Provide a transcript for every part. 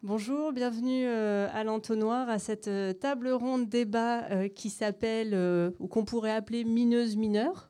Bonjour, bienvenue à l'Entonnoir, à cette table ronde débat qui s'appelle, ou qu'on pourrait appeler Mineuse mineure.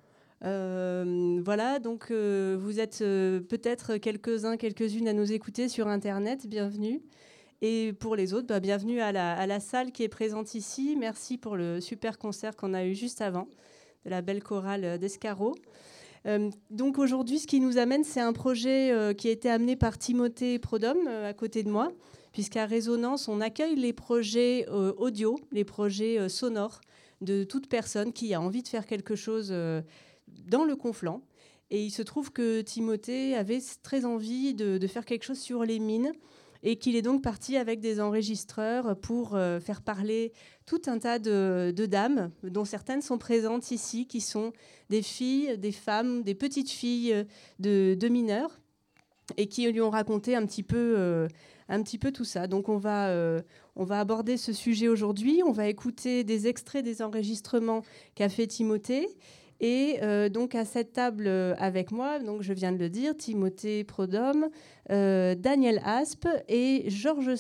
Voilà, donc vous êtes peut-être quelques-uns, quelques-unes à nous écouter sur Internet, bienvenue. Et pour les autres, bienvenue à la salle qui est présente ici. Merci pour le super concert qu'on a eu juste avant, de la belle chorale d'Escarot. Donc aujourd'hui, ce qui nous amène, c'est un projet qui a été amené par Timothée Prodhomme, à côté de moi, puisqu'à Résonance, on accueille les projets audio, les projets sonores de toute personne qui a envie de faire quelque chose dans le Conflent. Et il se trouve que Timothée avait très envie de faire quelque chose sur les mines, et qu'il est donc parti avec des enregistreurs pour faire parler tout un tas de dames, dont certaines sont présentes ici, qui sont des filles, des femmes, des petites filles de mineurs, et qui lui ont raconté un petit peu tout ça. Donc on va aborder ce sujet aujourd'hui. On va écouter des extraits des enregistrements qu'a fait Timothée. Et donc à cette table avec moi, donc je viens de le dire, Timothée Prodhomme, Daniel Aspe et Georges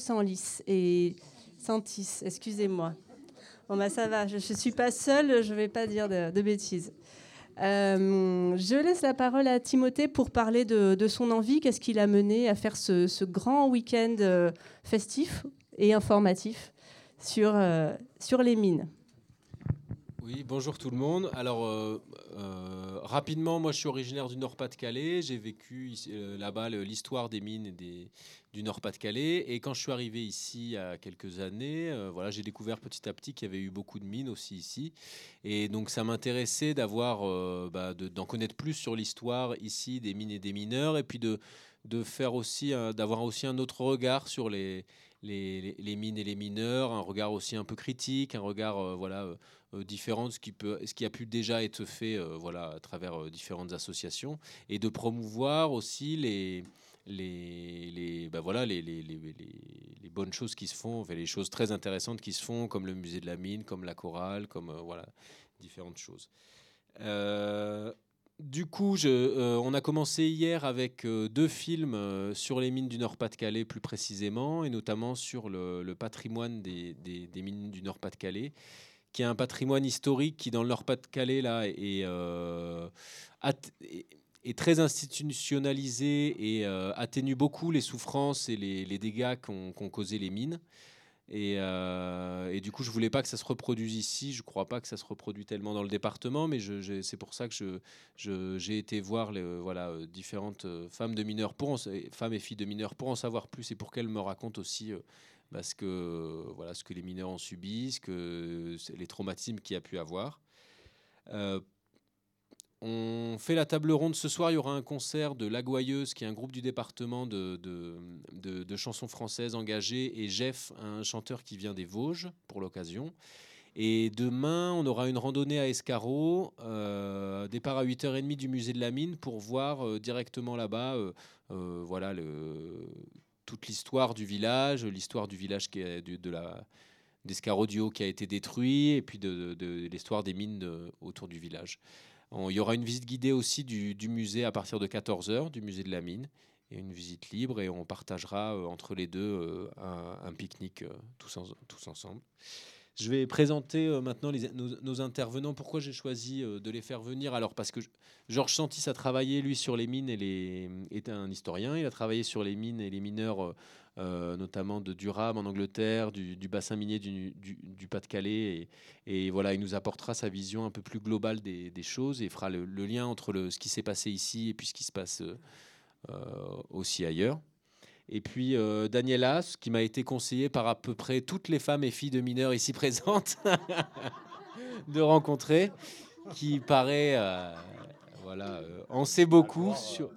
Santis, excusez-moi. Bon ça va, je ne suis pas seule, je ne vais pas dire de bêtises. Je laisse la parole à Timothée pour parler de son envie, qu'est-ce qui l'a mené à faire ce grand week-end festif et informatif sur les mines. Oui, bonjour tout le monde. Alors, rapidement, moi je suis originaire du Nord-Pas-de-Calais. J'ai vécu là-bas l'histoire des mines du Nord-Pas-de-Calais. Et quand je suis arrivé ici il y a quelques années, voilà, j'ai découvert petit à petit qu'il y avait eu beaucoup de mines aussi ici. Et donc ça m'intéressait d'en connaître plus sur l'histoire ici des mines et des mineurs. Et puis de faire aussi, d'avoir aussi un autre regard sur les mines et les mineurs, un regard aussi un peu critique, un regard différent de ce qui a pu déjà être fait à travers différentes associations, et de promouvoir aussi les bonnes choses qui se font, les choses très intéressantes qui se font, comme le musée de la mine, comme la chorale, comme différentes choses. Du coup, on a commencé hier avec deux films sur les mines du Nord-Pas-de-Calais plus précisément, et notamment sur le patrimoine des mines du Nord-Pas-de-Calais, qui est un patrimoine historique qui, dans le Nord-Pas-de-Calais, là, est très institutionnalisé et atténue beaucoup les souffrances et les dégâts qu'ont causé les mines. Et du coup, je voulais pas que ça se reproduise ici. Je crois pas que ça se reproduit tellement dans le département, mais c'est pour ça que j'ai été voir différentes femmes de mineurs, femmes et filles de mineurs, pour en savoir plus et pour qu'elles me racontent aussi ce que les mineurs ont subi, les traumatismes qu'il y a pu avoir. On fait la table ronde ce soir. Il y aura un concert de La Gouailleuse, qui est un groupe du département de chansons françaises engagées, et Jeff, un chanteur qui vient des Vosges, pour l'occasion. Et demain, on aura une randonnée à Escarot, départ à 8h30 du musée de la mine, pour voir directement là-bas toute l'histoire du village qui est d'Escarot du Haut, qui a été détruit, et puis de l'histoire des mines autour du village. Il y aura une visite guidée aussi du musée à partir de 14h, du musée de la mine, et une visite libre, et on partagera entre les deux un pique-nique tous ensemble. Je vais présenter maintenant nos intervenants. Pourquoi j'ai choisi de les faire venir? Alors parce que Georges Santis a travaillé, lui, sur les mines est un historien. Il a travaillé sur les mines et les mineurs, notamment de Durham en Angleterre, du bassin minier du Pas-de-Calais. Et voilà, il nous apportera sa vision un peu plus globale des choses, et fera le lien entre ce qui s'est passé ici et puis ce qui se passe aussi ailleurs. Et puis Daniel As, qui m'a été conseillé par à peu près toutes les femmes et filles de mineurs ici présentes de rencontrer, qui paraît en sait beaucoup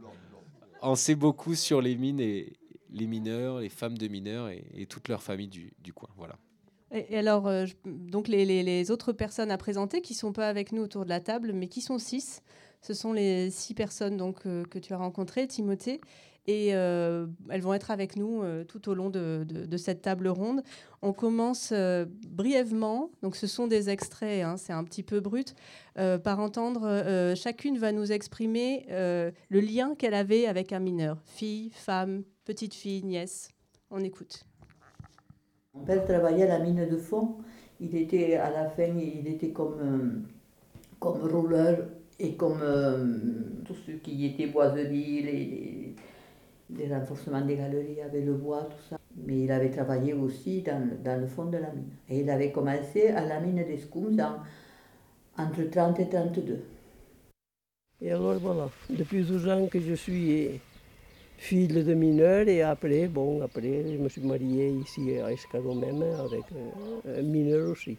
sur les mines et les mineurs, les femmes de mineurs et toute leur famille du coin. Voilà. Et alors, donc les autres personnes à présenter qui ne sont pas avec nous autour de la table, mais qui sont 6, ce sont les 6 personnes donc, que tu as rencontrées, Timothée, et elles vont être avec nous tout au long de cette table ronde. On commence brièvement, donc ce sont des extraits, hein, c'est un petit peu brut, par entendre, chacune va nous exprimer le lien qu'elle avait avec un mineur, fille, femme, petite fille, nièce. On écoute. Mon père travaillait à la mine de fond. Il était à la fin, il était comme rouleur et comme tout ce qui était boiserie, les renforcements des galeries avec le bois, tout ça. Mais il avait travaillé aussi dans le fond de la mine. Et il avait commencé à la mine d'Escoums entre 30 et 32. Et alors voilà, depuis 12 ans que je suis fille de mineur et après, je me suis mariée ici à Escadon même avec un mineur aussi.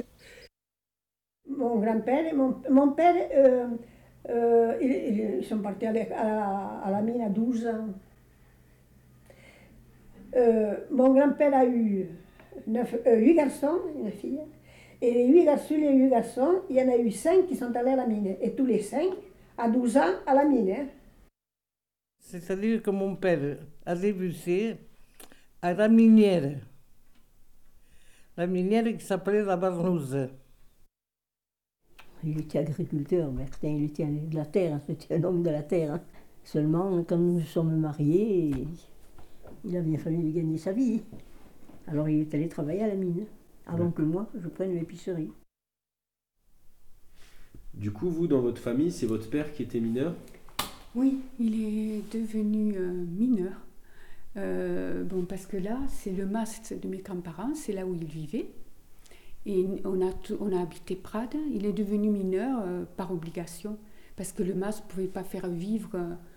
Mon grand-père et mon père, ils sont partis à la mine à 12 ans. Mon grand-père a eu 8 garçons, une fille. Et les 8 garçons, il y en a eu 5 qui sont allés à la mine. Et tous les 5, à 12 ans, à la mine. Hein. C'est-à-dire que mon père a débuté à la minière qui s'appelait la Barnouse. Il était agriculteur, Bertin, il était de la terre, c'était un homme de la terre. Hein. Seulement, quand nous nous sommes mariés, il a bien fallu gagner sa vie. Alors il est allé travailler à la mine, avant que moi, je prenne l'épicerie. Du coup, vous, dans votre famille, c'est votre père qui était mineur ? Oui, il est devenu mineur. Parce que là, c'est le mast de mes grands-parents, c'est là où il vivait. Et on a habité Prades. Il est devenu mineur par obligation, parce que le mast ne pouvait pas faire vivre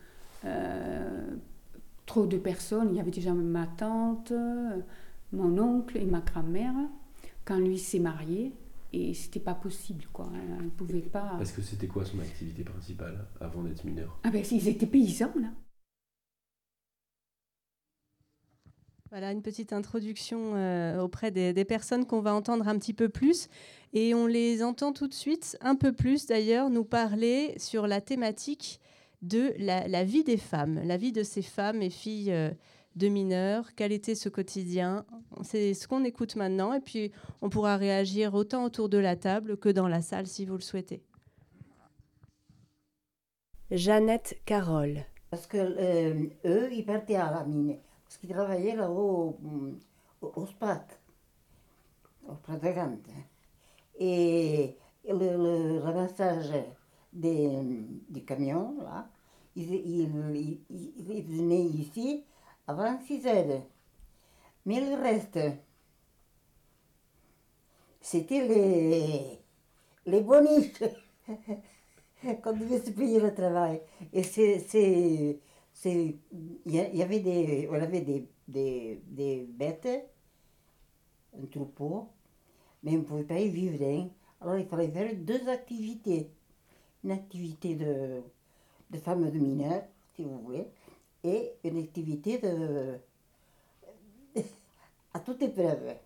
trop de personnes. Il y avait déjà ma tante, mon oncle et ma grand-mère. Quand lui s'est marié, et c'était pas possible, quoi. On ne pouvait pas... Parce que c'était quoi son activité principale avant d'être mineur ? Ah ben, ils étaient paysans, là. Voilà une petite introduction auprès des personnes qu'on va entendre un petit peu plus. Et on les entend tout de suite, un peu plus d'ailleurs, nous parler sur la thématique de la vie des femmes, la vie de ces femmes et filles de mineurs. Quel était ce quotidien ? C'est ce qu'on écoute maintenant. Et puis, on pourra réagir autant autour de la table que dans la salle si vous le souhaitez. Jeannette Carole. Parce que eux, ils partaient à la mine. Parce qu'ils travaillaient là-haut au SPAT, au Prat de Gante. Et le ramassage des camions, là, ils venaient ici avant 6 heures. Mais le reste, c'était les boniches qu'on devait se payer le travail. Et on avait des bêtes, un troupeau, mais on ne pouvait pas y vivre. Hein. Alors il fallait faire 2 activités. Une activité de femme de mineur, si vous voulez, et une activité à toute épreuve.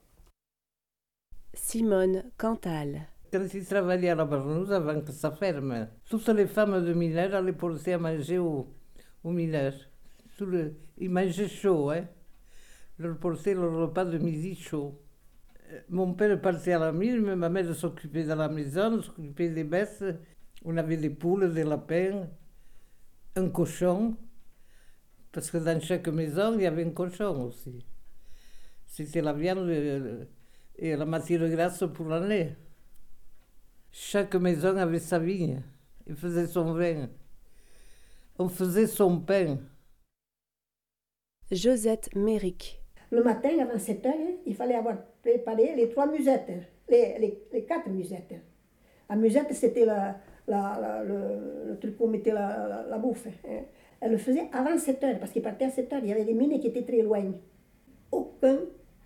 Simone Cantal. Quand ils travaillaient à la Barnouse, avant que ça ferme, toutes les femmes de mineurs allaient porter à manger aux mineurs. Ils mangeaient chaud, hein. Leur portaient le repas de midi chaud. Mon père partait à la mine, mais ma mère s'occupait de la maison, s'occupait des bêtes. On avait des poules, des lapins, un cochon, parce que dans chaque maison, il y avait un cochon aussi. C'était la viande et la matière grasse pour l'année. Chaque maison avait sa vigne, il faisait son vin, on faisait son pain. Josette Méric. Le matin, avant 7 heures, il fallait avoir préparé les 3 musettes, les 4 musettes. La musette, c'était le truc où on mettait la bouffe. Hein. Elle le faisait avant 7 heures, parce qu'il partait à 7 heures. Il y avait des mines qui étaient très loin. Aucun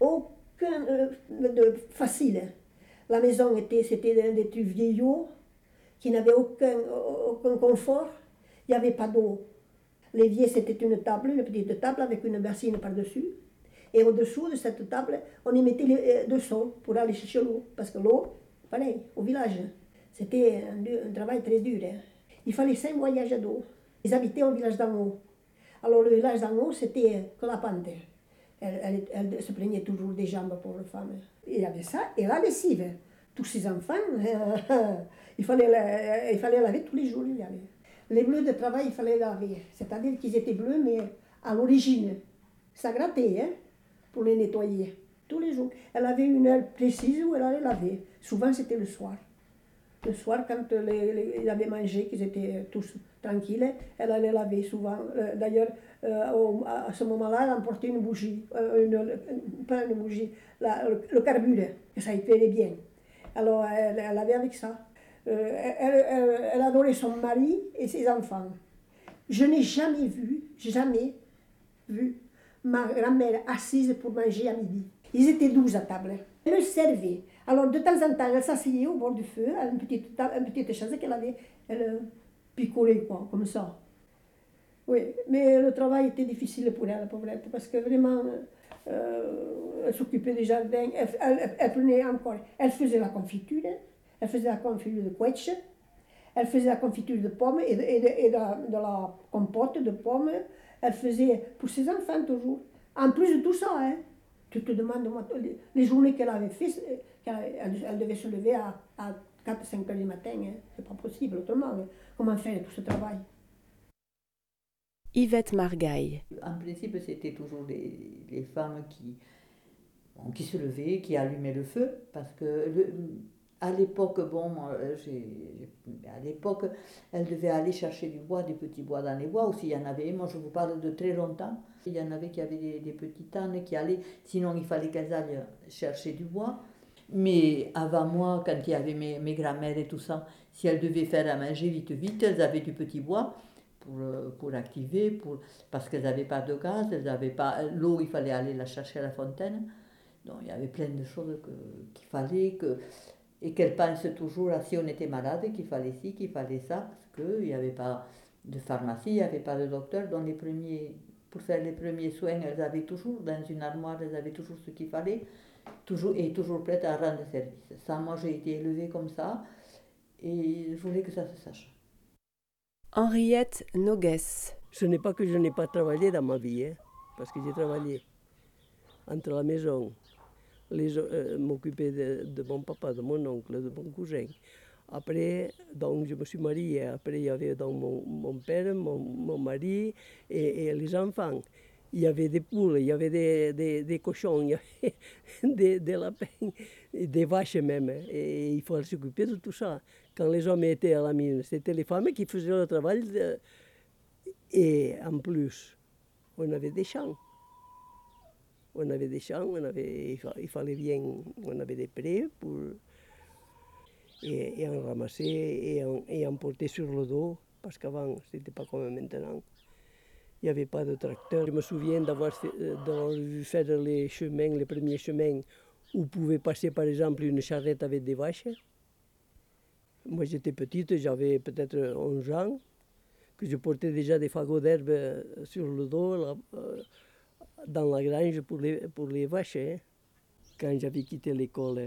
de facile. La maison c'était des trucs vieillots, qui n'avaient aucun confort. Il n'y avait pas d'eau. L'évier, c'était une petite table avec une bassine par-dessus. Et au-dessous de cette table, on y mettait les 2 seaux pour aller chercher l'eau. Parce que l'eau, pareil, au village, c'était un travail très dur. Hein. Il fallait 5 voyages d'eau. Ils habitaient au village d'en haut. Alors le village d'en haut, c'était que la pente. Elle se plaignait toujours des jambes pour les femmes. Il y avait ça, et la lessive. Tous ces enfants, il fallait laver tous les jours. Les bleus de travail, il fallait laver. C'est-à-dire qu'ils étaient bleus, mais à l'origine. Ça grattait, hein. pour les nettoyer. Tous les jours. Elle avait une heure précise où elle allait laver. Souvent, c'était le soir. Le soir, quand ils avaient mangé, qu'ils étaient tous tranquilles, elle allait laver souvent. D'ailleurs, à ce moment-là, elle emportait une bougie, pas une bougie, le carburant, que ça y faisait bien. Alors, elle lavait avec ça. Elle adorait son mari et ses enfants. Je n'ai jamais vu ma grand-mère assise pour manger à midi. Ils étaient 12 à table. Elle me servait. Alors, de temps en temps, elle s'asseyait au bord du feu, à une petite chaise qu'elle avait, elle picolait, quoi, comme ça. Oui, mais le travail était difficile pour elle, pauvrette, parce que vraiment, elle s'occupait du jardin, elle prenait encore, elle faisait la confiture de quetch, elle faisait la confiture de pommes et de la compote de pommes, elle faisait pour ses enfants toujours. En plus de tout ça, hein, tu te demandes, les journées qu'elle avait fait, elle devait se lever à 4-5 heures du matin, hein. C'est pas possible autrement. Hein. Comment faire tout ce travail? Yvette Margaille. En principe, c'était toujours les femmes qui se levaient, qui allumaient le feu, parce que à l'époque, à l'époque, elle devait aller chercher du bois, des petits bois dans les bois, ou s'il y en avait, moi je vous parle de très longtemps, il y en avait qui avaient des petites ânes qui allaient, sinon il fallait qu'elles aillent chercher du bois. Mais avant moi, quand il y avait mes grand-mères et tout ça, si elles devaient faire à manger vite, elles avaient du petit bois pour activer, parce qu'elles n'avaient pas de gaz, elles n'avaient pas l'eau, il fallait aller la chercher à la fontaine. Donc il y avait plein de choses qu'il fallait et qu'elles pensent toujours à si on était malade, qu'il fallait ci, qu'il fallait ça, parce qu'il n'y avait pas de pharmacie, il n'y avait pas de docteur. Donc pour faire les premiers soins, elles avaient toujours, dans une armoire, elles avaient toujours ce qu'il fallait, toujours prêtes à rendre service. Ça, moi j'ai été élevée comme ça, et je voulais que ça se sache. Henriette Nogues. Ce n'est pas que je n'ai pas travaillé dans ma vie, hein, parce que j'ai travaillé entre la maison, m'occuper de mon papa, de mon oncle, de mon cousin. Après, donc, je me suis mariée. Après, il y avait donc mon père, mon mari et les enfants. Il y avait des poules, il y avait des cochons, il y avait des lapins, et des vaches même. Et il fallait s'occuper de tout ça. Quand les hommes étaient à la mine, c'était les femmes qui faisaient le travail. Et en plus, on avait des champs. On avait des champs, il fallait bien, on avait des prés et on ramassait et on portait sur le dos, parce qu'avant, c'était pas comme maintenant. Il n'y avait pas de tracteur. Je me souviens d'avoir vu faire les premiers chemins où pouvait passer par exemple une charrette avec des vaches. Moi j'étais petite, j'avais peut-être 11 ans, que je portais déjà des fagots d'herbe sur le dos, dans la grange pour les vaches. Hein. Quand j'avais quitté l'école,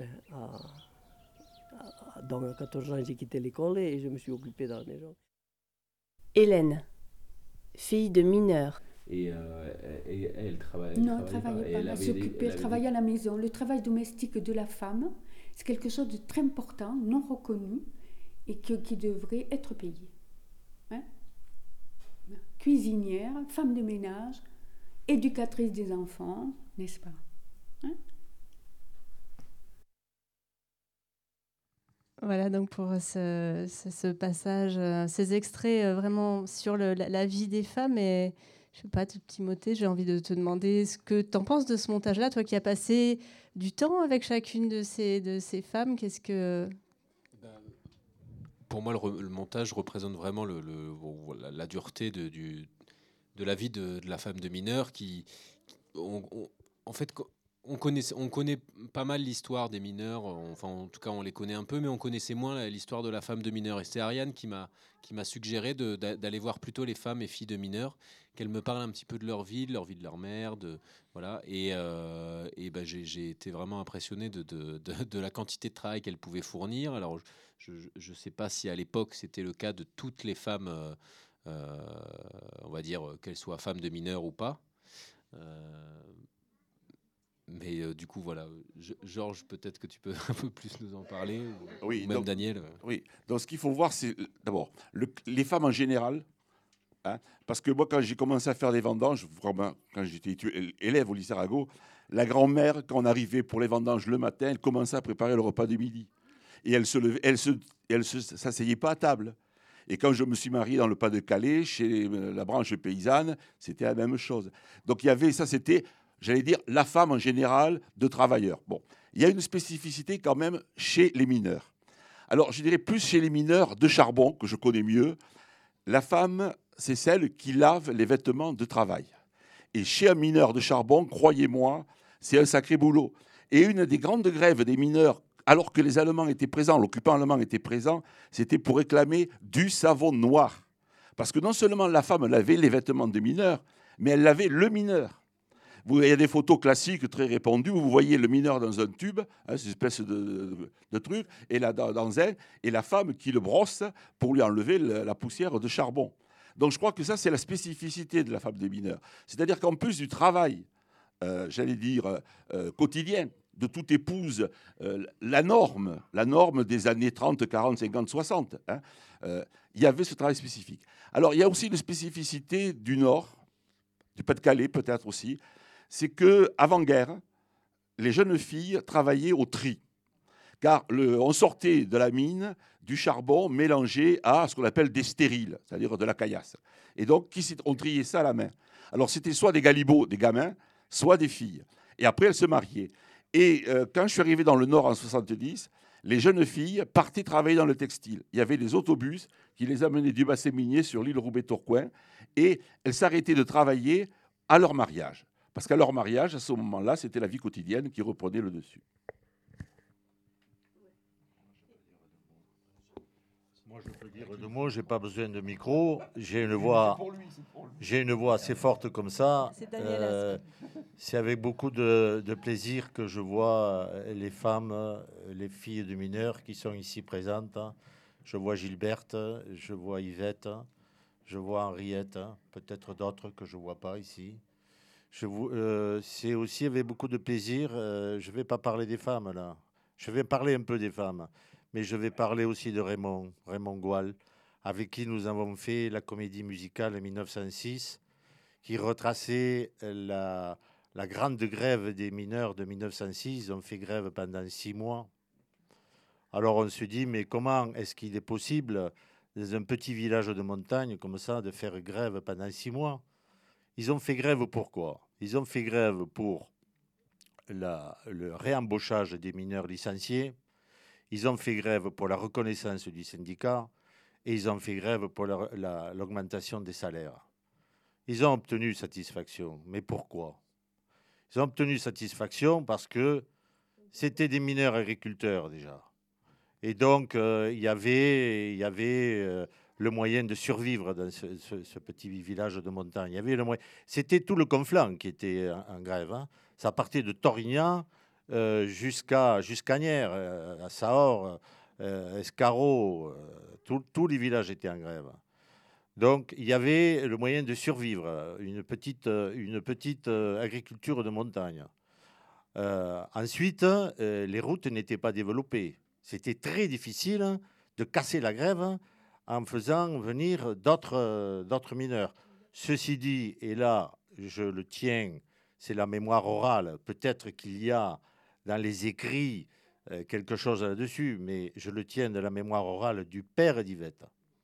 donc à 14 ans, j'ai quitté l'école et je me suis occupée dans la maison. Hélène, fille de mineur. Et elle travaillait Non, elle ne travaillait pas. Elle s'occupait, elle travaillait à la maison. Le travail domestique de la femme, c'est quelque chose de très important, non reconnu, et qui devrait être payé. Hein? Cuisinière, femme de ménage, éducatrice des enfants, n'est-ce pas? Hein? Voilà donc pour ce passage, ces extraits vraiment sur la vie des femmes. Et je sais pas, Timothée, j'ai envie de te demander ce que tu en penses de ce montage-là, toi qui as passé du temps avec chacune de ces femmes. Qu'est-ce que... Pour moi, le montage représente vraiment la dureté de la vie de la femme de mineur en fait, on connaît pas mal l'histoire des mineurs, enfin en tout cas on les connaît un peu, mais on connaissait moins l'histoire de la femme de mineur. Et c'est Ariane qui m'a suggéré d'aller voir plutôt les femmes et filles de mineurs, qu'elles me parlent un petit peu de leur vie de leur mère, voilà. Et j'ai été vraiment impressionné de la quantité de travail qu'elles pouvaient fournir. Alors je ne sais pas si à l'époque c'était le cas de toutes les femmes, on va dire qu'elles soient femmes de mineurs ou pas. Mais du coup, voilà, Georges, peut-être que tu peux un peu plus nous en parler, ou même donc, Daniel. Oui, donc ce qu'il faut voir, c'est d'abord, les femmes en général hein. Parce que moi, quand j'ai commencé à faire des vendanges, vraiment, quand j'étais élève au lycée Arago, la grand-mère, quand on arrivait pour les vendanges le matin, elle commençait à préparer le repas du midi. Et elle s'asseyait pas à table. Et quand je me suis marié dans le Pas-de-Calais, chez la branche paysanne, c'était la même chose. Donc il y avait, ça c'était, j'allais dire, la femme en général de travailleurs. Bon, il y a une spécificité quand même chez les mineurs. Alors je dirais plus chez les mineurs de charbon, que je connais mieux, la femme, c'est celle qui lave les vêtements de travail. Et chez un mineur de charbon, croyez-moi, c'est un sacré boulot. Et une des grandes grèves des mineurs, alors que les Allemands étaient présents, l'occupant allemand était présent, c'était pour réclamer du savon noir. Parce que non seulement la femme lavait les vêtements des mineurs, mais elle lavait le mineur. Il y a des photos classiques très répandues où vous voyez le mineur dans un tube, hein, cette espèce de truc, et là, et la femme qui le brosse pour lui enlever la poussière de charbon. Donc je crois que ça, c'est la spécificité de la femme des mineurs. C'est-à-dire qu'en plus du travail, j'allais dire, quotidien, de toute épouse, la norme des années 30, 40, 50, 60, hein, il y avait ce travail spécifique. Alors il y a aussi une spécificité du Nord, du Pas-de-Calais peut-être aussi, c'est qu'avant-guerre, les jeunes filles travaillaient au tri. Car on sortait de la mine du charbon mélangé à ce qu'on appelle des stériles, c'est-à-dire de la caillasse. Et donc, on triait ça à la main. Alors, c'était soit des galibots, des gamins, soit des filles. Et après, elles se mariaient. Et quand je suis arrivé dans le Nord en 70, les jeunes filles partaient travailler dans le textile. Il y avait des autobus qui les amenaient du bassin minier sur l'île Roubaix-Tourcoing. Et elles s'arrêtaient de travailler à leur mariage. Parce qu'à leur mariage, à ce moment-là, c'était la vie quotidienne qui reprenait le dessus. Moi, je peux dire deux mots, je n'ai pas besoin de micro. J'ai une voix assez forte comme ça. C'est avec beaucoup de plaisir que je vois les femmes, les filles de mineurs qui sont ici présentes. Je vois Gilberte, je vois Yvette, je vois Henriette, peut-être d'autres que je ne vois pas ici. C'est aussi avec beaucoup de plaisir. Je ne vais pas parler des femmes, là. Je vais parler un peu des femmes. Mais je vais parler aussi de Raymond Goual, avec qui nous avons fait la comédie musicale en 1906, qui retraçait la grande grève des mineurs de 1906. Ils ont fait grève pendant 6 mois. Alors on se dit, mais comment est-ce qu'il est possible, dans un petit village de montagne comme ça, de faire grève pendant 6 mois? Ils ont fait grève pour quoi? Ils ont fait grève pour le réembauchage des mineurs licenciés. Ils ont fait grève pour la reconnaissance du syndicat et ils ont fait grève pour l'augmentation des salaires. Ils ont obtenu satisfaction. Mais pourquoi? Ils ont obtenu satisfaction parce que c'était des mineurs agriculteurs déjà. Et donc, il y avait le moyen de survivre dans ce petit village de montagne. Il y avait C'était tout le Conflans qui était en grève. Hein. Ça partait de Torignan jusqu'à Nières, à Sahor, Escarot, tous les villages étaient en grève. Donc il y avait le moyen de survivre, une petite agriculture de montagne. Ensuite, les routes n'étaient pas développées. C'était très difficile de casser la grève en faisant venir d'autres mineurs. Ceci dit, et là je le tiens, c'est la mémoire orale, peut-être qu'il y a dans les écrits quelque chose là-dessus, mais je le tiens de la mémoire orale du père d'Yvette,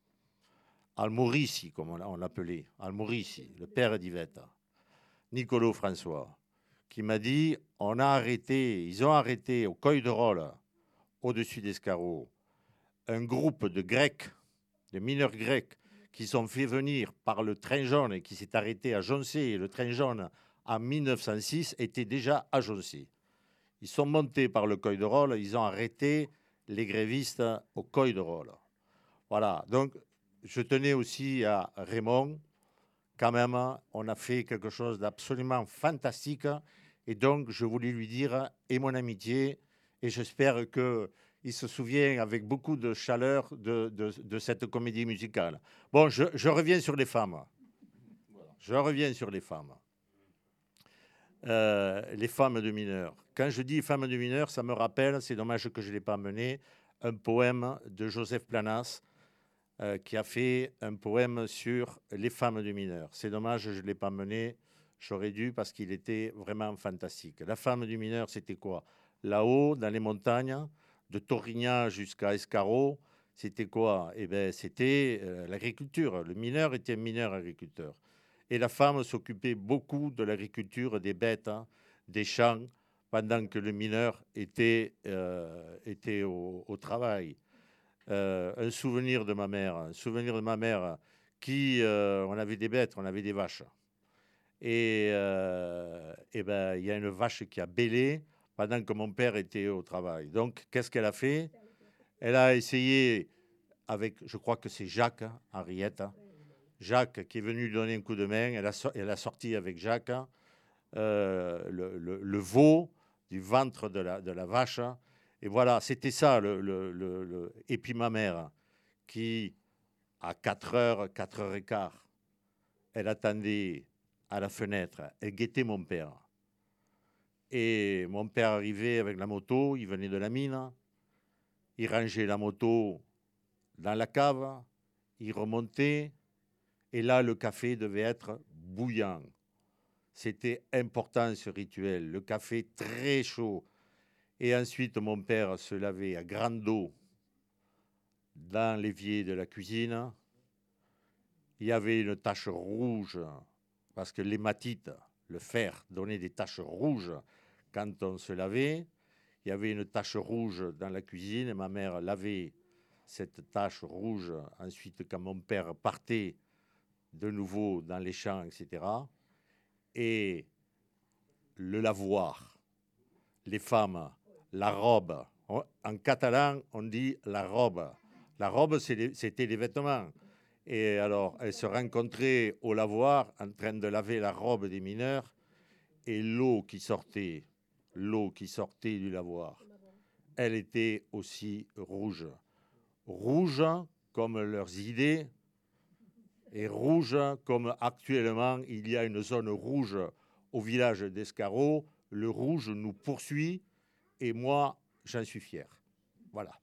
Almorici, comme on l'appelait, Almorici, le père d'Yvette, Nicolas François, qui m'a dit, ils ont arrêté au Coy de Rôle, au-dessus d'Escarot, un groupe de Grecs, de mineurs grecs, qui sont fait venir par le train jaune et qui s'est arrêté à Joncé, et le train jaune, en 1906, était déjà à Joncé. Ils sont montés par le Coy de Rôle, ils ont arrêté les grévistes au Coy de Rôle. Voilà, donc je tenais aussi à Raymond, quand même, on a fait quelque chose d'absolument fantastique, et donc je voulais lui dire, et mon amitié, et j'espère qu'il se souvient avec beaucoup de chaleur de cette comédie musicale. Bon, je reviens sur les femmes. Je reviens sur les femmes. Les femmes de mineurs. Quand je dis femmes de mineurs, ça me rappelle, c'est dommage que je ne l'ai pas mené, un poème de Joseph Planas qui a fait un poème sur les femmes de mineurs. C'est dommage, je ne l'ai pas mené. J'aurais dû parce qu'il était vraiment fantastique. La femme du mineur, c'était quoi? Là-haut, dans les montagnes, de Torignan jusqu'à Escarot, c'était quoi? Eh bien, c'était l'agriculture. Le mineur était un mineur agriculteur. Et la femme s'occupait beaucoup de l'agriculture, des bêtes, hein, des champs, pendant que le mineur était au travail. Un souvenir de ma mère qui, on avait des bêtes, on avait des vaches. Et ben, il y a une vache qui a bêlé pendant que mon père était au travail. Donc, qu'est-ce qu'elle a fait? Elle a essayé avec, je crois que c'est Jacques, hein, Henriette, Jacques qui est venu lui donner un coup de main. Elle a sorti avec Jacques le veau du ventre de la vache. Et voilà, c'était ça. Et puis ma mère, qui, à 4h, 4h15, elle attendait à la fenêtre, elle guettait mon père. Et mon père arrivait avec la moto, il venait de la mine, il rangeait la moto dans la cave, il remontait, et là, le café devait être bouillant. C'était important, ce rituel, le café très chaud. Et ensuite, mon père se lavait à grande eau dans l'évier de la cuisine. Il y avait une tache rouge, parce que l'hématite, le fer, donnait des taches rouges quand on se lavait. Il y avait une tache rouge dans la cuisine. Ma mère lavait cette tache rouge ensuite quand mon père partait de nouveau dans les champs, etc. Et le lavoir, les femmes, la robe. En catalan, on dit la robe. La robe, c'était les vêtements. Et alors, elles se rencontraient au lavoir en train de laver la robe des mineurs et l'eau qui sortait du lavoir, elle était aussi rouge. Rouge comme leurs idées et rouge comme actuellement il y a une zone rouge au village d'Escarot. Le rouge nous poursuit et moi, j'en suis fier. Voilà.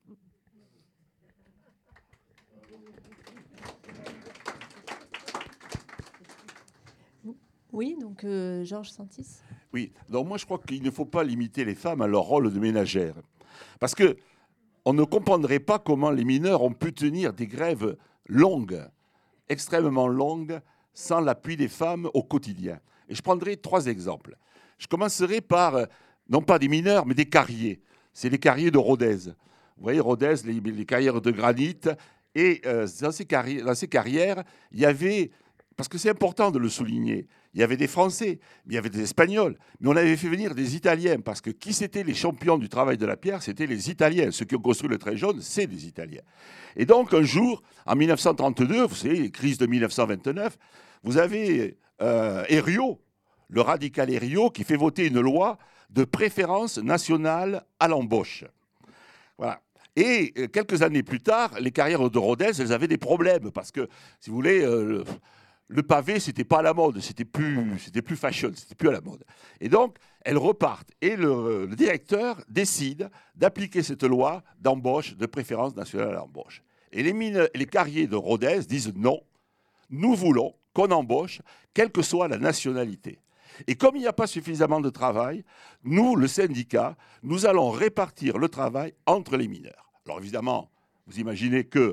Oui, donc Georges Santis. Oui, donc moi je crois qu'il ne faut pas limiter les femmes à leur rôle de ménagère. Parce que on ne comprendrait pas comment les mineurs ont pu tenir des grèves longues, extrêmement longues, sans l'appui des femmes au quotidien. Et je prendrai 3 exemples. Je commencerai par, non pas des mineurs, mais des carriers. C'est les carriers de Rodez. Vous voyez, Rodez, les carrières de granit. Et dans ces carrières, il y avait, parce que c'est important de le souligner, il y avait des Français, il y avait des Espagnols, mais on avait fait venir des Italiens, parce que qui c'était les champions du travail de la pierre? C'était les Italiens. Ceux qui ont construit le train jaune, c'est des Italiens. Et donc, un jour, en 1932, vous savez, crise de 1929, vous avez Herriot, le radical Herriot, qui fait voter une loi de préférence nationale à l'embauche. Voilà. Et quelques années plus tard, les carrières de Rodez, elles avaient des problèmes, parce que, si vous voulez... le pavé, c'était pas à la mode, c'était plus fashion, c'était plus à la mode. Et donc, elles repartent. Et le directeur décide d'appliquer cette loi d'embauche, de préférence nationale à l'embauche. Et les carriers de Rodez disent non, nous voulons qu'on embauche, quelle que soit la nationalité. Et comme il n'y a pas suffisamment de travail, nous, le syndicat, nous allons répartir le travail entre les mineurs. Alors évidemment, vous imaginez que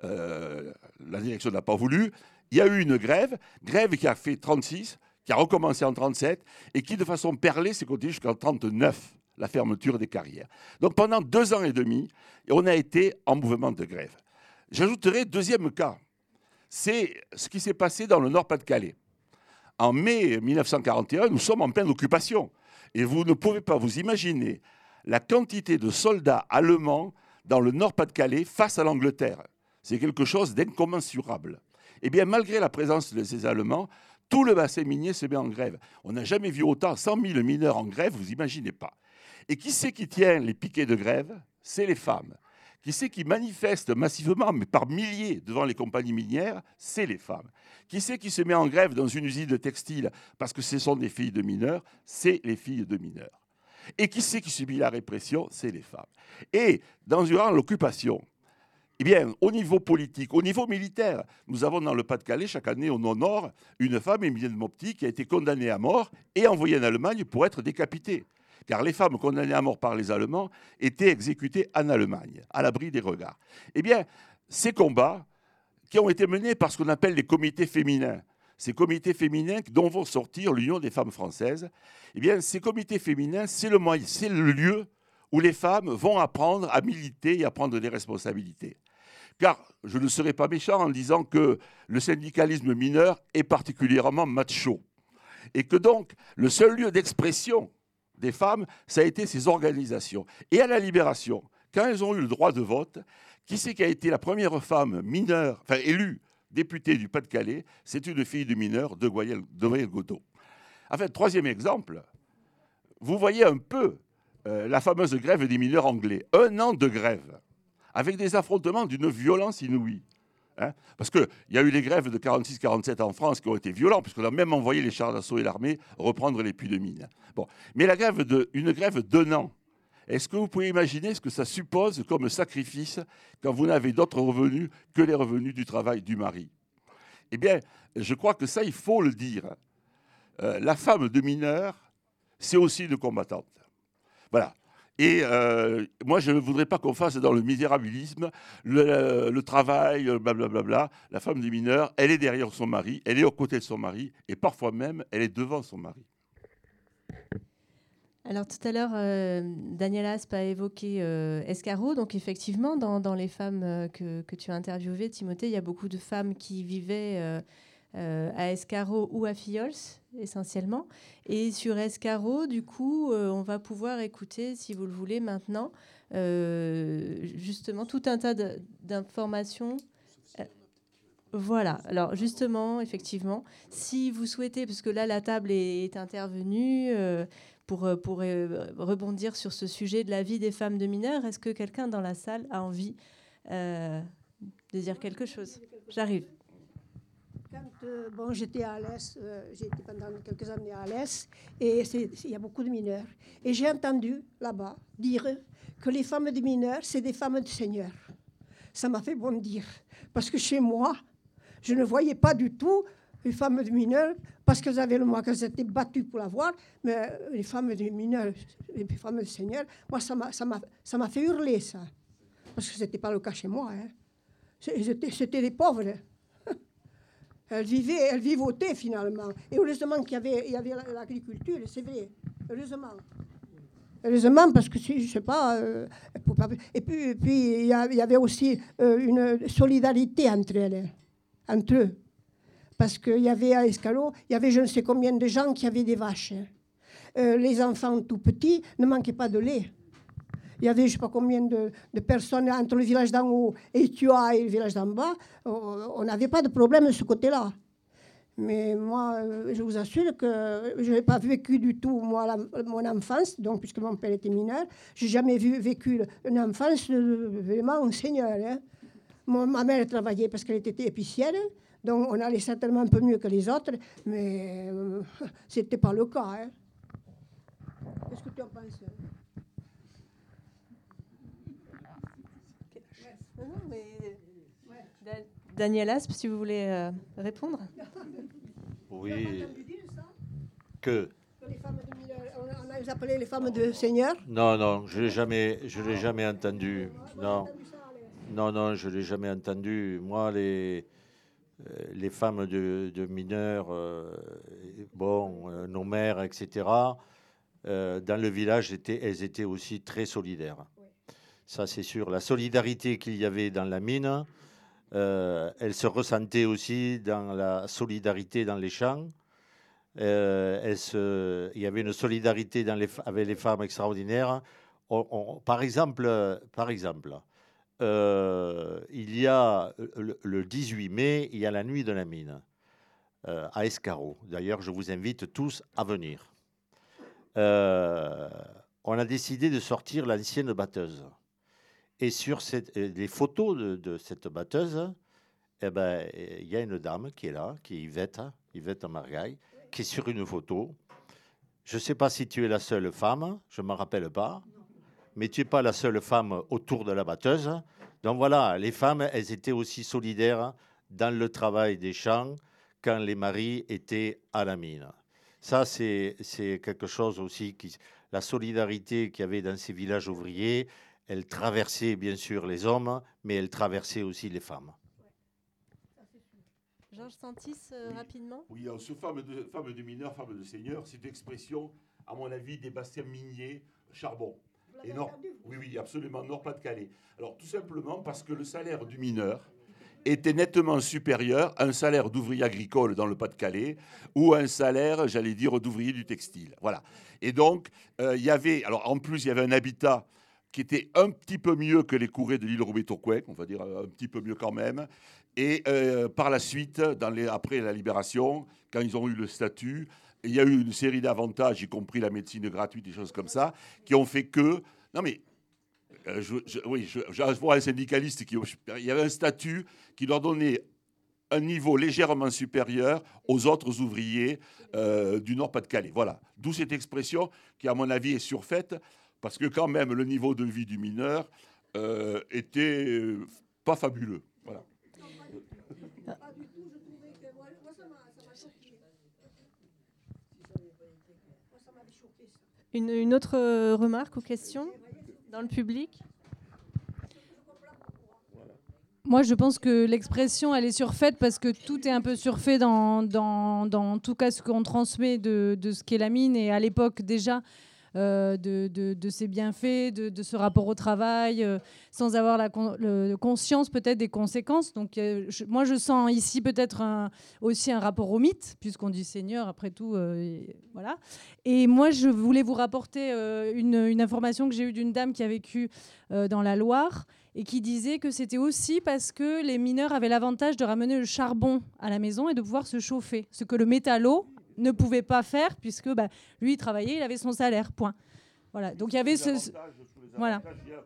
la direction n'a pas voulu. Il y a eu une grève qui a fait 36, qui a recommencé en 37 et qui, de façon perlée, s'est continuée jusqu'en 39, la fermeture des carrières. Donc pendant 2 ans et demi, on a été en mouvement de grève. J'ajouterai 2e cas, c'est ce qui s'est passé dans le Nord-Pas-de-Calais. En mai 1941, nous sommes en pleine occupation. Et vous ne pouvez pas vous imaginer la quantité de soldats allemands dans le Nord-Pas-de-Calais face à l'Angleterre. C'est quelque chose d'incommensurable. Eh bien, malgré la présence de ces Allemands, tout le bassin minier se met en grève. On n'a jamais vu autant, 100 000 mineurs en grève, vous imaginez pas. Et qui c'est qui tient les piquets de grève? C'est les femmes. Qui c'est qui manifeste massivement, mais par milliers, devant les compagnies minières? C'est les femmes. Qui c'est qui se met en grève dans une usine de textile parce que ce sont des filles de mineurs? C'est les filles de mineurs. Et qui c'est qui subit la répression? C'est les femmes. Et durant l'occupation, Eh bien, au niveau politique, au niveau militaire, nous avons dans le Pas-de-Calais, chaque année, on honore une femme, Émilienne Mopti, qui a été condamnée à mort et envoyée en Allemagne pour être décapitée. Car les femmes condamnées à mort par les Allemands étaient exécutées en Allemagne, à l'abri des regards. Eh bien, ces combats qui ont été menés par ce qu'on appelle les comités féminins, ces comités féminins dont vont sortir l'Union des femmes françaises, eh bien, ces comités féminins, c'est le lieu où les femmes vont apprendre à militer et à prendre des responsabilités. Car je ne serai pas méchant en disant que le syndicalisme mineur est particulièrement macho. Et que donc, le seul lieu d'expression des femmes, ça a été ces organisations. Et à la Libération, quand elles ont eu le droit de vote, qui c'est qui a été la première femme mineure, enfin élue députée du Pas-de-Calais? C'est une fille de mineur, de Goyelle-Godot. Enfin, troisième exemple, vous voyez un peu la fameuse grève des mineurs anglais. 1 an de grève, avec des affrontements d'une violence inouïe. Hein, parce qu'il y a eu les grèves de 46-47 en France qui ont été violentes, puisqu'on a même envoyé les chars d'assaut et l'armée reprendre les puits de mines. Bon. Mais une grève d'1 an, est-ce que vous pouvez imaginer ce que ça suppose comme sacrifice quand vous n'avez d'autres revenus que les revenus du travail du mari? Eh bien, je crois que ça, il faut le dire. La femme de mineur, c'est aussi une combattante. Voilà. Et moi, je ne voudrais pas qu'on fasse dans le misérabilisme le travail, blablabla. La femme des mineurs, elle est derrière son mari, elle est aux côtés de son mari, et parfois même, elle est devant son mari. Alors tout à l'heure, Daniel Aspe a évoqué Escarot. Donc effectivement, dans les femmes que tu as interviewées, Timothée, il y a beaucoup de femmes qui vivaient à Escarot ou à Fillols, essentiellement. Et sur Escarot, du coup, on va pouvoir écouter, si vous le voulez maintenant, justement tout un tas d'informations. Voilà. Alors justement, effectivement, si vous souhaitez, parce que là, la table est intervenue pour rebondir sur ce sujet de la vie des femmes de mineurs, est-ce que quelqu'un dans la salle a envie de dire quelque chose? J'arrive. Quand j'étais à Alès, j'ai été pendant quelques années à Alès, et il y a beaucoup de mineurs. Et j'ai entendu là-bas dire que les femmes de mineurs, c'est des femmes de seigneur. Ça m'a fait bondir, parce que chez moi, je ne voyais pas du tout les femmes de mineurs, parce qu'elles avaient le moi qu'elles étaient battues pour l'avoir, mais les femmes de mineurs, les femmes de seigneur, moi, ça m'a fait hurler, ça. Parce que ce n'était pas le cas chez moi. Hein. C'était des pauvres. Elles vivotaient finalement. Et heureusement qu'il y avait l'agriculture, c'est vrai. Heureusement. Heureusement, parce que si, je ne sais pas. Et puis il y avait aussi une solidarité entre elles, entre eux. Parce qu'il y avait à Escarot, il y avait je ne sais combien de gens qui avaient des vaches. Les enfants tout petits ne manquaient pas de lait. Il y avait je ne sais pas combien de personnes entre le village d'en haut et Tua et le village d'en bas. On n'avait pas de problème de ce côté-là. Mais moi, je vous assure que je n'ai pas vécu du tout, moi, mon enfance, donc, puisque mon père était mineur. Je n'ai jamais vécu une enfance vraiment un seigneur. Hein. Ma mère travaillait parce qu'elle était épicière, donc on allait certainement un peu mieux que les autres, mais ce n'était pas le cas. Hein. Qu'est-ce que tu en penses? Daniel Aspe, si vous voulez répondre. Oui. Que les femmes de mineurs, on a appelé les femmes de seigneur. Non, je l'ai jamais entendu. Non, je l'ai jamais entendu. Moi, les femmes de mineurs, nos mères, etc. Dans le village, elles étaient aussi très solidaires. Oui. Ça, c'est sûr. La solidarité qu'il y avait dans la mine, elle se ressentait aussi dans la solidarité dans les champs. Il y avait une solidarité avec les femmes extraordinaires. Par exemple, il y a le 18 mai, il y a la nuit de la mine à Escarot. D'ailleurs, je vous invite tous à venir. On a décidé de sortir l'ancienne batteuse. Et sur les photos de cette batteuse, il y a une dame qui est là, qui est Yvette Margaille, qui est sur une photo. Je ne sais pas si tu es la seule femme, je ne me rappelle pas, mais tu n'es pas la seule femme autour de la batteuse. Donc voilà, les femmes, elles étaient aussi solidaires dans le travail des champs quand les maris étaient à la mine. Ça, c'est quelque chose aussi, la solidarité qu'il y avait dans ces villages ouvriers, elle traversait bien sûr les hommes, mais elle traversait aussi les femmes. Georges Santis, rapidement. Oui, alors ce femme de mineur, femme de seigneur, c'est une expression, à mon avis, des bassins miniers, charbon. Et oui, absolument, Nord-Pas-de-Calais. Alors, tout simplement parce que le salaire du mineur était nettement supérieur à un salaire d'ouvrier agricole dans le Pas-de-Calais ou à un salaire, j'allais dire, d'ouvrier du textile. Voilà. Et donc, il y avait, alors en plus, il y avait un habitat qui était un petit peu mieux que les courets de l'île Roubaix-Tourcoing, on va dire un petit peu mieux quand même. Et par la suite, après la libération, quand ils ont eu le statut, il y a eu une série d'avantages, y compris la médecine gratuite, des choses comme ça, qui ont fait que... Non mais, je vois un syndicaliste il y avait un statut qui leur donnait un niveau légèrement supérieur aux autres ouvriers du Nord-Pas-de-Calais. Voilà. D'où cette expression qui, à mon avis, est surfaite, parce que quand même, le niveau de vie du mineur était pas fabuleux. Voilà. Une autre remarque ou question dans le public ? Moi, je pense que l'expression, elle est surfaite parce que tout est un peu surfait dans tout cas ce qu'on transmet de ce qu'est la mine. Et à l'époque, déjà, de ses bienfaits, de ce rapport au travail, sans avoir la conscience peut-être des conséquences. Donc, moi, je sens ici peut-être aussi un rapport au mythe, puisqu'on dit Seigneur, après tout. Voilà. Et moi, je voulais vous rapporter une information que j'ai eue d'une dame qui a vécu dans la Loire, et qui disait que c'était aussi parce que les mineurs avaient l'avantage de ramener le charbon à la maison et de pouvoir se chauffer, ce que le métallo ne pouvait pas faire, puisque lui, il travaillait, il avait son salaire, point. Voilà, donc il y avait Voilà.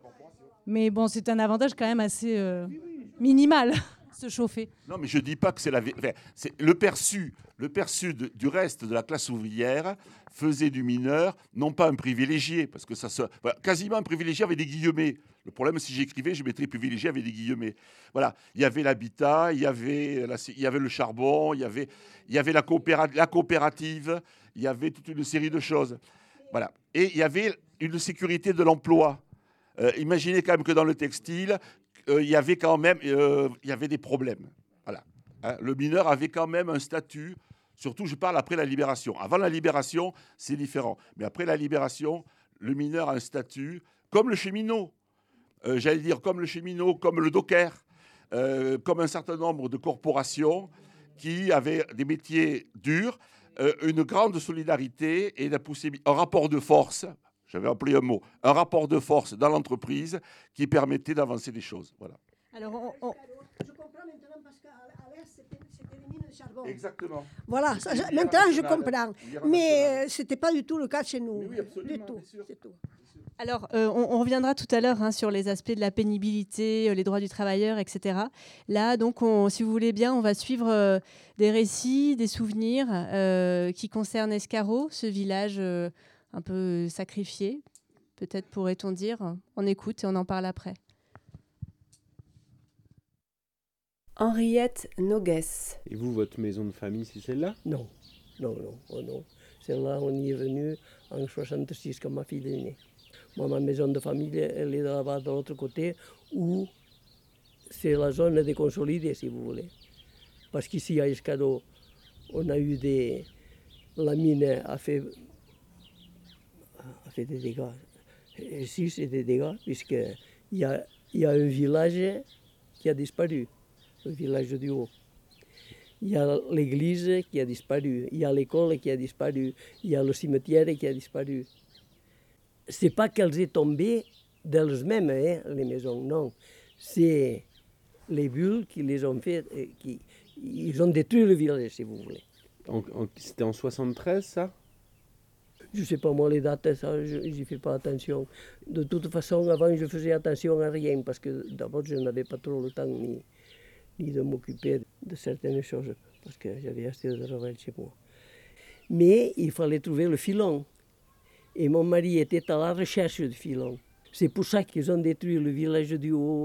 Mais bon, c'est un avantage quand même assez minimal, se chauffer. Non, mais je ne dis pas que c'est le perçu du reste de la classe ouvrière faisait du mineur, non pas un privilégié, parce que quasiment un privilégié avec des guillemets. Le problème, si j'écrivais, je mettrais privilégié avec des guillemets. Voilà, il y avait l'habitat, il y avait le charbon, il y avait la coopérative, il y avait toute une série de choses. Voilà, et il y avait une sécurité de l'emploi. Imaginez quand même que dans le textile, il y avait quand même des problèmes. Voilà. Hein, le mineur avait quand même un statut, surtout je parle après la libération. Avant la libération, c'est différent. Mais après la libération, le mineur a un statut comme le cheminot. J'allais dire comme le cheminot, comme le docker, comme un certain nombre de corporations qui avaient des métiers durs, une grande solidarité et un rapport de force. J'avais appelé un mot, un rapport de force dans l'entreprise qui permettait d'avancer les choses. Voilà. Alors, Je comprends maintenant parce qu'à l'Est, c'était les mines de charbon. Exactement. Voilà, maintenant je comprends. Mais ce n'était pas du tout le cas chez nous. Oui, absolument. Du tout. C'est tout. Alors, on reviendra tout à l'heure sur les aspects de la pénibilité, les droits du travailleur, etc. Là, donc, si vous voulez bien, on va suivre des récits, des souvenirs qui concernent Escarreau, ce village un peu sacrifié, peut-être pourrait-on dire. On écoute et on en parle après. Henriette Nogues. Et vous, votre maison de famille, c'est celle-là ? Non. Oh non. Celle-là, on y est venu en 66 quand ma fille est née. Moi, ma maison de famille, elle est là-bas de l'autre côté, où c'est la zone des consolidés, si vous voulez. Parce qu'ici, à Escarreau, on a eu la mine a fait des dégâts. Et si, c'est des dégâts, puisqu'il y a un village qui a disparu, le village du Haut. Il y a l'église qui a disparu, il y a l'école qui a disparu, il y a le cimetière qui a disparu. C'est pas qu'elles aient tombé d'elles-mêmes, les maisons, non. C'est les bulles qui les ont fait, ils ont détruit le village, si vous voulez. C'était en 73, ça ? Je ne sais pas moi les dates, ça, je n'y fais pas attention. De toute façon, avant, je faisais attention à rien, parce que d'abord, je n'avais pas trop le temps ni de m'occuper de certaines choses, parce que j'avais assez de travail chez moi. Mais il fallait trouver le filon. Et mon mari était à la recherche du filon. C'est pour ça qu'ils ont détruit le village du Haut,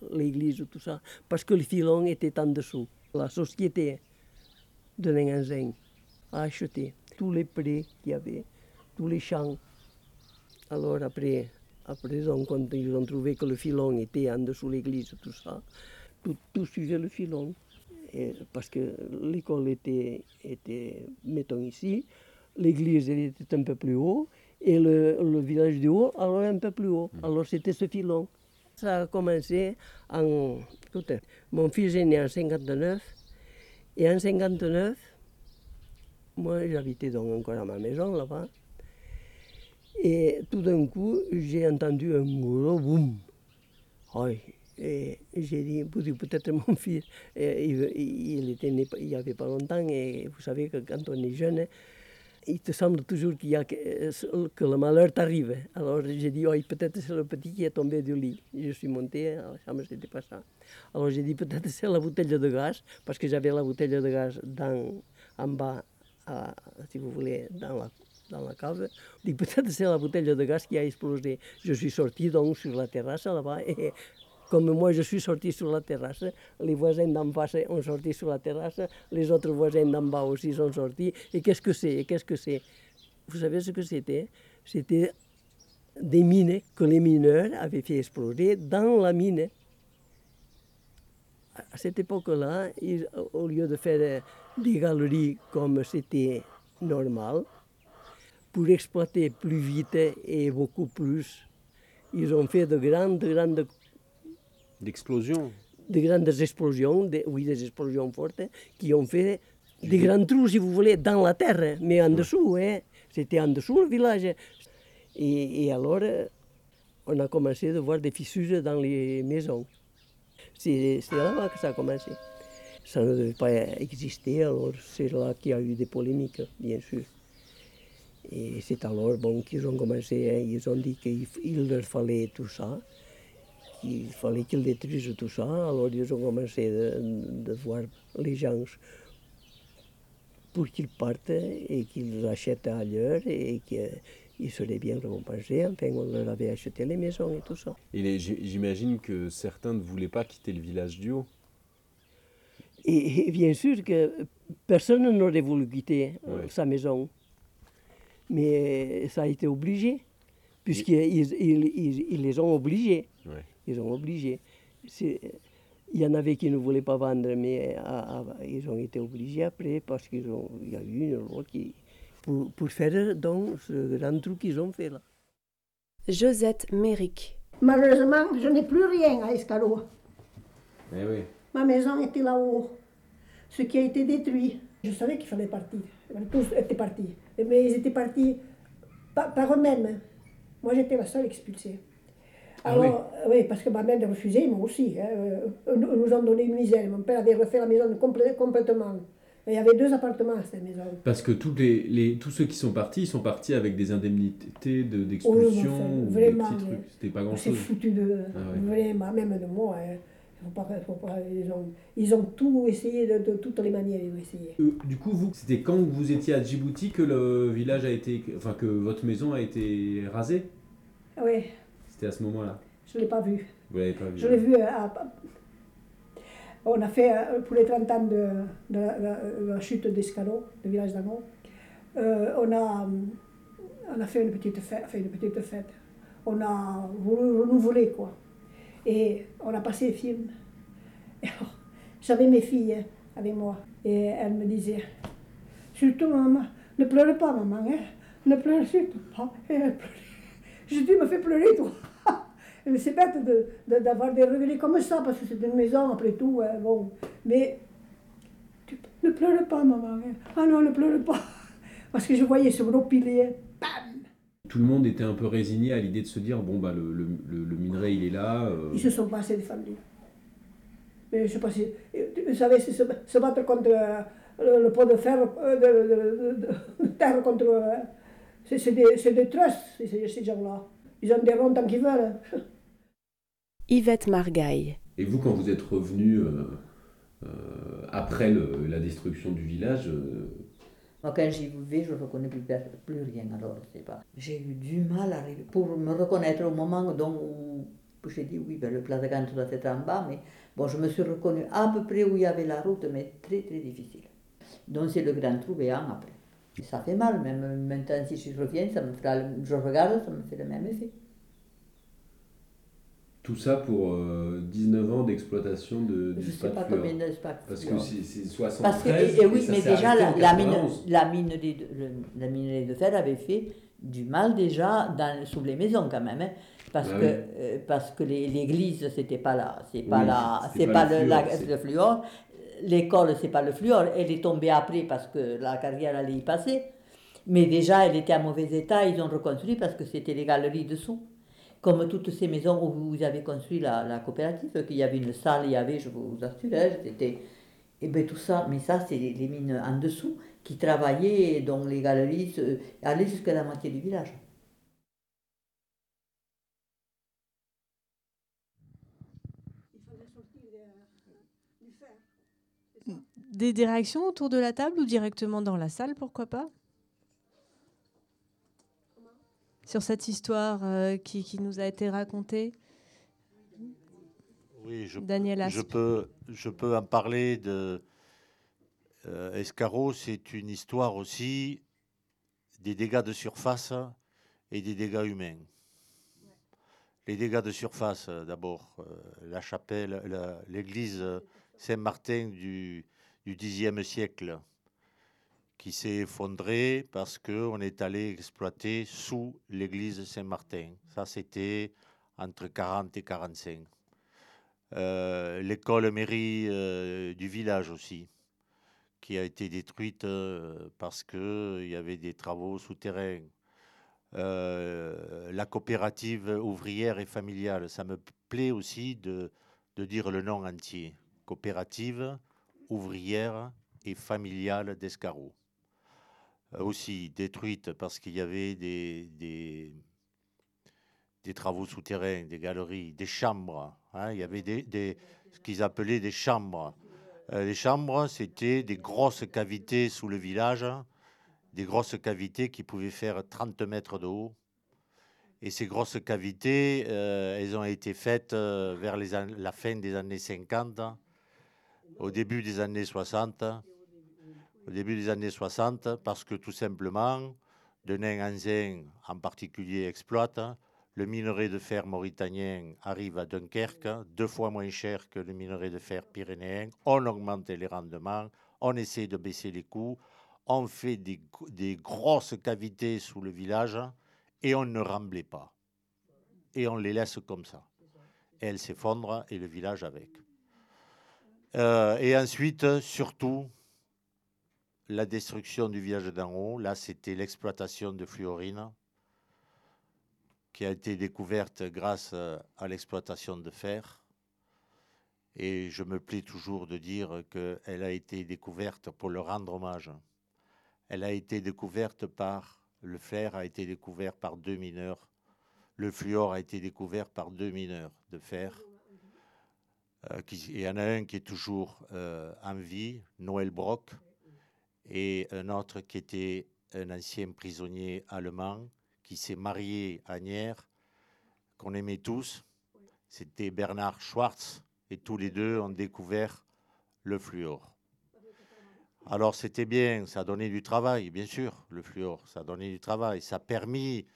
l'église, tout ça, parce que le filon était en dessous. La société de Nenganzeng a acheté tous les prés qu'il y avait, tous les champs. Alors après donc, quand ils ont trouvé que le filon était en dessous de l'église, tout ça, tout suivait le filon. Et parce que l'école était, mettons ici, l'église elle était un peu plus haut, et le village du haut, alors un peu plus haut. Alors c'était ce filon. Ça a commencé en... Écoutez, mon fils est né en 59, et en 59, moi j'habitais donc encore à ma maison là-bas, et tout d'un coup, j'ai entendu un gros boum. Oui. Et j'ai dit, peut-être mon fils, il était né il n'y avait pas longtemps, et vous savez que quand on est jeune, il te semble toujours qu'il y a que le malheur t'arrive. Alors j'ai dit, oui, peut-être c'est le petit qui est tombé du lit. Je suis monté à la chambre, c'était pas ça. Alors j'ai dit, peut-être c'est la bouteille de gaz, parce que j'avais la bouteille de gaz en bas, si vous voulez, dans la cave. Je dis, peut-être c'est la bouteille de gaz qui a explosé. Je suis sorti donc sur la terrasse là-bas, et comme moi je suis sorti sur la terrasse, les voisins d'en face ont sorti sur la terrasse, les autres voisins d'en bas aussi sont sortis. Et qu'est-ce que c'est? Vous savez ce que c'était? C'était des mines que les mineurs avaient fait exploser dans la mine. À cette époque-là, au lieu de faire des galeries comme c'était normal, pour exploiter plus vite et beaucoup plus, ils ont fait de grandes d'explosions. De grandes explosions, des explosions fortes, qui ont fait des grands trous, si vous voulez, dans la terre, mais en dessous, hein. C'était en dessous le village. Et alors, on a commencé à voir des fissures dans les maisons. C'est là-bas que ça a commencé. Ça ne devait pas exister, alors c'est là qu'il y a eu des polémiques, bien sûr. Et c'est alors qu'ils ont commencé, hein, ils ont dit qu'il leur fallait tout ça. Il fallait qu'ils détruisent tout ça, alors ils ont commencé de voir les gens pour qu'ils partent et qu'ils achètent ailleurs et qu'ils seraient bien récompensés. Enfin, on leur avait acheté les maisons et tout ça. Et j'imagine que certains ne voulaient pas quitter le village du haut. Et bien sûr que personne n'aurait voulu quitter sa maison, mais ça a été obligé, puisqu'ils les ont obligés. Ouais. Ils ont obligé. Il y en avait qui ne voulaient pas vendre, mais ils ont été obligés après parce qu'il y a eu une loi pour faire donc ce grand truc qu'ils ont fait là. Josette Méric. Malheureusement, je n'ai plus rien à Escaro. Eh oui. Ma maison était là-haut, ce qui a été détruit. Je savais qu'il fallait partir. Tous étaient partis. Mais ils étaient partis par eux-mêmes. Moi, j'étais la seule expulsée. Alors, oui, parce que ma mère a refusé, moi aussi. Nous ont donné une misère. Mon père avait refait la maison complètement. Il y avait 2 appartements à cette maison. Parce que tous ceux qui sont partis, ils sont partis avec des indemnités d'expulsion ou des petits trucs. C'était pas grand-chose. C'est foutu vraiment, même de moi. Ils ont tout essayé, de toutes les manières, ils ont essayé. Du coup, c'était quand vous étiez à Djibouti que le village que votre maison a été rasée? Oui. C'était à ce moment-là? Je ne l'ai pas vu. Vous l'avez pas vu? Je l'ai vu on a fait, pour les 30 ans de la chute d'Escalo, le village d'Amont, on a fait une petite fête. On a voulu renouveler, quoi. Et on a passé le film. J'avais mes filles avec moi. Et elles me disaient, surtout maman, ne pleure pas maman, hein, ne pleure surtout pas. Et elles pleuraient. Je dis, me fais pleurer toi. C'est bête d'avoir des regrets comme ça, parce que c'est une maison après tout. Bon. Mais ne pleure pas maman. Hein. Ah non, ne pleure pas. Parce que je voyais ce gros pilier. Bam. Tout le monde était un peu résigné à l'idée de se dire, bon, bah, le minerai, il est là. Ils se sont passés des familles. Mais je sais pas si... Vous savez, se battre contre le pot de fer, de terre contre... c'est des trusts, ces gens-là. Ils ont des ronds tant qu'ils veulent. Yvette Margaille. Et vous, quand vous êtes revenu après la destruction du village... Moi, quand j'y vivais, je ne reconnais plus rien, alors je sais pas. J'ai eu du mal pour me reconnaître au moment où j'ai dit oui, ben, le Plat de Gante doit être en bas, mais bon, je me suis reconnue à peu près où il y avait la route, mais très très difficile. Donc c'est le Grand Trou béant après. Et ça fait mal, même maintenant si je reviens, je regarde, ça me fait le même effet. Tout ça pour 19 ans d'exploitation du je spa de fluor. Je ne sais pas combien de spa de Parce fluor. que c'est 73. Parce que, et oui, et ça mais s'est déjà arrêté en la 91. minerie de fer avait fait du mal déjà sous les maisons quand même. Hein, parce que l'église, c'était pas là. C'est pas, le fluor. L'école, c'est pas le fluor. Elle est tombée après parce que la carrière allait y passer. Mais déjà, elle était en mauvais état. Ils ont reconstruit parce que c'était les galeries dessous. Comme toutes ces maisons où vous avez construit la coopérative, qu'il y avait une salle, il y avait, je vous assure, c'était... Et bien tout ça, mais ça, c'est les mines en dessous qui travaillaient, dont les galeries allaient jusqu'à la moitié du village. Des réactions autour de la table ou directement dans la salle, pourquoi pas? Sur cette histoire qui nous a été racontée. Oui, Daniel Aspe. je peux en parler de Escarot. C'est une histoire aussi des dégâts de surface et des dégâts humains. Les dégâts de surface, d'abord, la chapelle, l'église Saint-Martin du Xe siècle, qui s'est effondré parce qu'on est allé exploiter sous l'église Saint-Martin. Ça, c'était entre 40 et 45. L'école mairie du village aussi, qui a été détruite parce qu'il y avait des travaux souterrains. La coopérative ouvrière et familiale, ça me plaît aussi de dire le nom entier. Coopérative ouvrière et familiale d'Escarot. Aussi détruite parce qu'il y avait des travaux souterrains, des galeries, des chambres. Hein. Il y avait ce qu'ils appelaient des chambres. Les chambres, c'était des grosses cavités sous le village, des grosses cavités qui pouvaient faire 30 mètres de haut. Et ces grosses cavités, elles ont été faites vers la fin des années 50, au début des années 60. Au début des années 60, parce que tout simplement, de nain en zin en particulier exploite. Le minerai de fer mauritanien arrive à Dunkerque, 2 fois moins cher que le minerai de fer pyrénéen. On augmente les rendements, on essaie de baisser les coûts, on fait des grosses cavités sous le village et on ne remblait pas. Et on les laisse comme ça. Et elles s'effondrent et le village avec. Et ensuite, surtout, la destruction du village d'en haut. Là, c'était l'exploitation de fluorine qui a été découverte grâce à l'exploitation de fer. Et je me plais toujours de dire qu'elle a été découverte pour leur rendre hommage. Elle a été découverte le fer a été découvert par 2 mineurs. Le fluor a été découvert par 2 mineurs de fer. Il y en a un qui est toujours en vie, Noël Brock, et un autre qui était un ancien prisonnier allemand qui s'est marié à Nières, qu'on aimait tous. C'était Bernard Schwartz, et tous les deux ont découvert le fluor. Alors c'était bien, ça a donné du travail, bien sûr, le fluor, ça a donné du travail. Ça a permis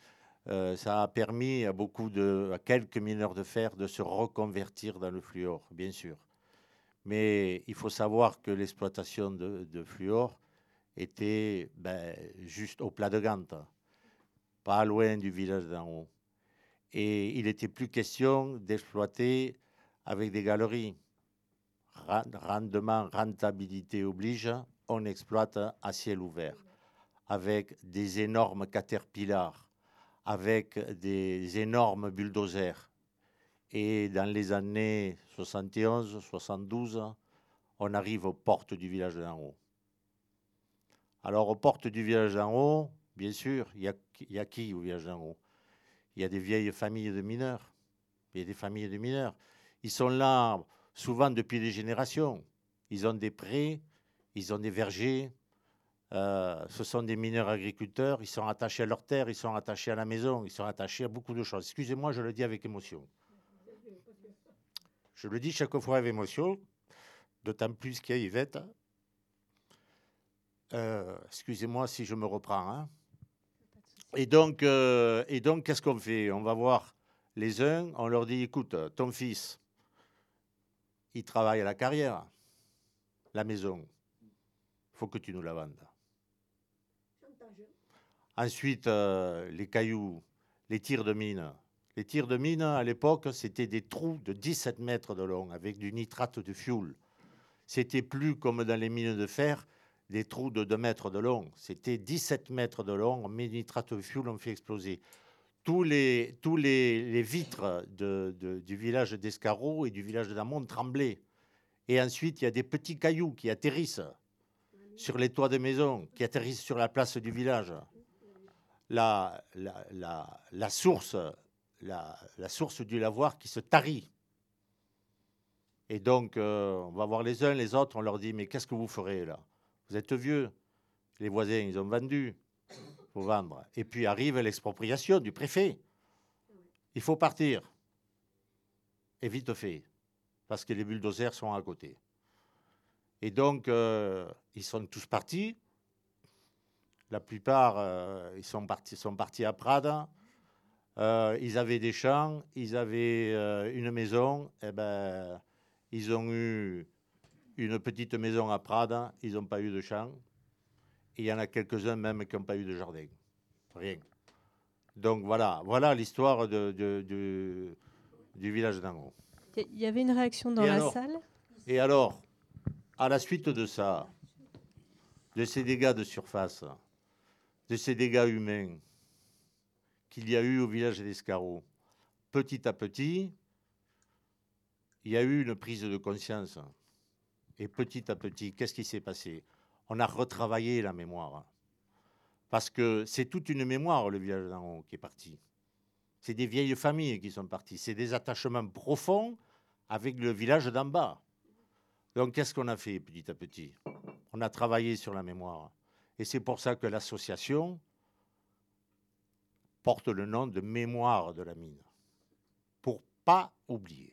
à quelques mineurs de fer de se reconvertir dans le fluor, bien sûr. Mais il faut savoir que l'exploitation de fluor était juste au Plat de Gante, pas loin du village d'en haut. Et il n'était plus question d'exploiter avec des galeries. Rendement, rentabilité oblige, on exploite à ciel ouvert, avec des énormes caterpillars, avec des énormes bulldozers. Et dans les années 71, 72, on arrive aux portes du village d'en haut. Alors, aux portes du village d'en haut, bien sûr, il y a qui au village d'en haut? Il y a des vieilles familles de mineurs. Il y a des familles de mineurs. Ils sont là souvent depuis des générations. Ils ont des prés, ils ont des vergers. Ce sont des mineurs agriculteurs. Ils sont attachés à leur terre, ils sont attachés à la maison, ils sont attachés à beaucoup de choses. Excusez-moi, je le dis avec émotion. Je le dis chaque fois avec émotion, d'autant plus qu'il y a Yvette. Excusez-moi si je me reprends. Hein. Et donc, qu'est-ce qu'on fait? On va voir les uns, on leur dit, écoute, ton fils, il travaille à la carrière, la maison, il faut que tu nous la vendes. Ensuite, les cailloux, les tirs de mine. Les tirs de mine, à l'époque, c'était des trous de 17 mètres de long avec du nitrate de fioul. C'était plus comme dans les mines de fer, des trous de 2 mètres de long. C'était 17 mètres de long, on met du nitrate de fioul, on fait exploser. Tous les vitres du village d'Escarreau et du village de Damont tremblaient. Et ensuite, il y a des petits cailloux qui atterrissent sur les toits des maisons, qui atterrissent sur la place du village. La source du lavoir qui se tarit. Et donc, on va voir les uns, les autres, on leur dit, mais qu'est-ce que vous ferez là? Vous êtes vieux. Les voisins, ils ont vendu. Il faut vendre. Et puis arrive l'expropriation du préfet. Il faut partir. Et vite fait. Parce que les bulldozers sont à côté. Et donc, ils sont tous partis. La plupart, ils sont partis à Prades. Ils avaient des champs, ils avaient une maison. Et ben, ils ont eu une petite maison à Prades, ils n'ont pas eu de champ. Et il y en a quelques-uns même qui n'ont pas eu de jardin. Rien. Donc voilà l'histoire du village d'Angot. Il y avait une réaction dans la salle. Et alors, à la suite de ça, de ces dégâts de surface, de ces dégâts humains qu'il y a eu au village d'Escarreau, petit à petit, il y a eu une prise de conscience. Et petit à petit, qu'est-ce qui s'est passé? On a retravaillé la mémoire. Parce que c'est toute une mémoire, le village d'en haut, qui est parti. C'est des vieilles familles qui sont parties. C'est des attachements profonds avec le village d'en bas. Donc, qu'est-ce qu'on a fait petit à petit? On a travaillé sur la mémoire. Et c'est pour ça que l'association porte le nom de Mémoire de la mine. Pour pas oublier.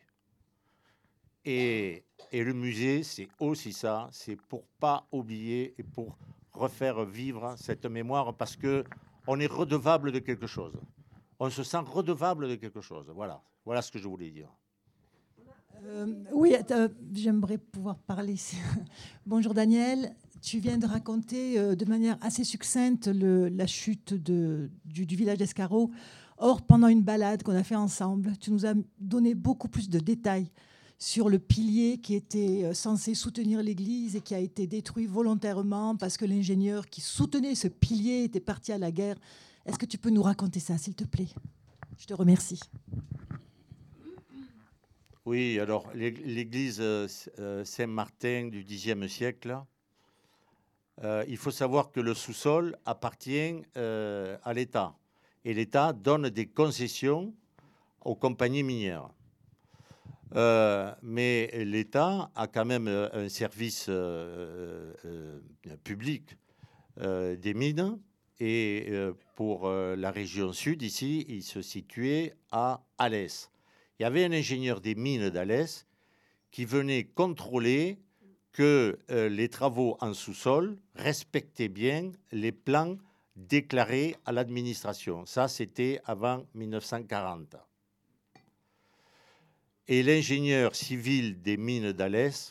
Et le musée, c'est aussi ça, c'est pour pas oublier et pour refaire vivre cette mémoire parce qu'on est redevable de quelque chose. On se sent redevable de quelque chose. Voilà ce que je voulais dire. Oui, j'aimerais pouvoir parler. Bonjour Daniel, tu viens de raconter de manière assez succincte la chute du village d'Escarreau. Or, pendant une balade qu'on a fait ensemble, tu nous as donné beaucoup plus de détails sur le pilier qui était censé soutenir l'église et qui a été détruit volontairement parce que l'ingénieur qui soutenait ce pilier était parti à la guerre. Est-ce que tu peux nous raconter ça, s'il te plaît? Je te remercie. Oui, alors l'église Saint-Martin du Xe siècle, il faut savoir que le sous-sol appartient à l'État. Et l'État donne des concessions aux compagnies minières. Mais l'État a quand même un service public des mines. Et pour la région sud, ici, il se situait à Alès. Il y avait un ingénieur des mines d'Alès qui venait contrôler que les travaux en sous-sol respectaient bien les plans déclarés à l'administration. Ça, c'était avant 1940. Et l'ingénieur civil des mines d'Alès,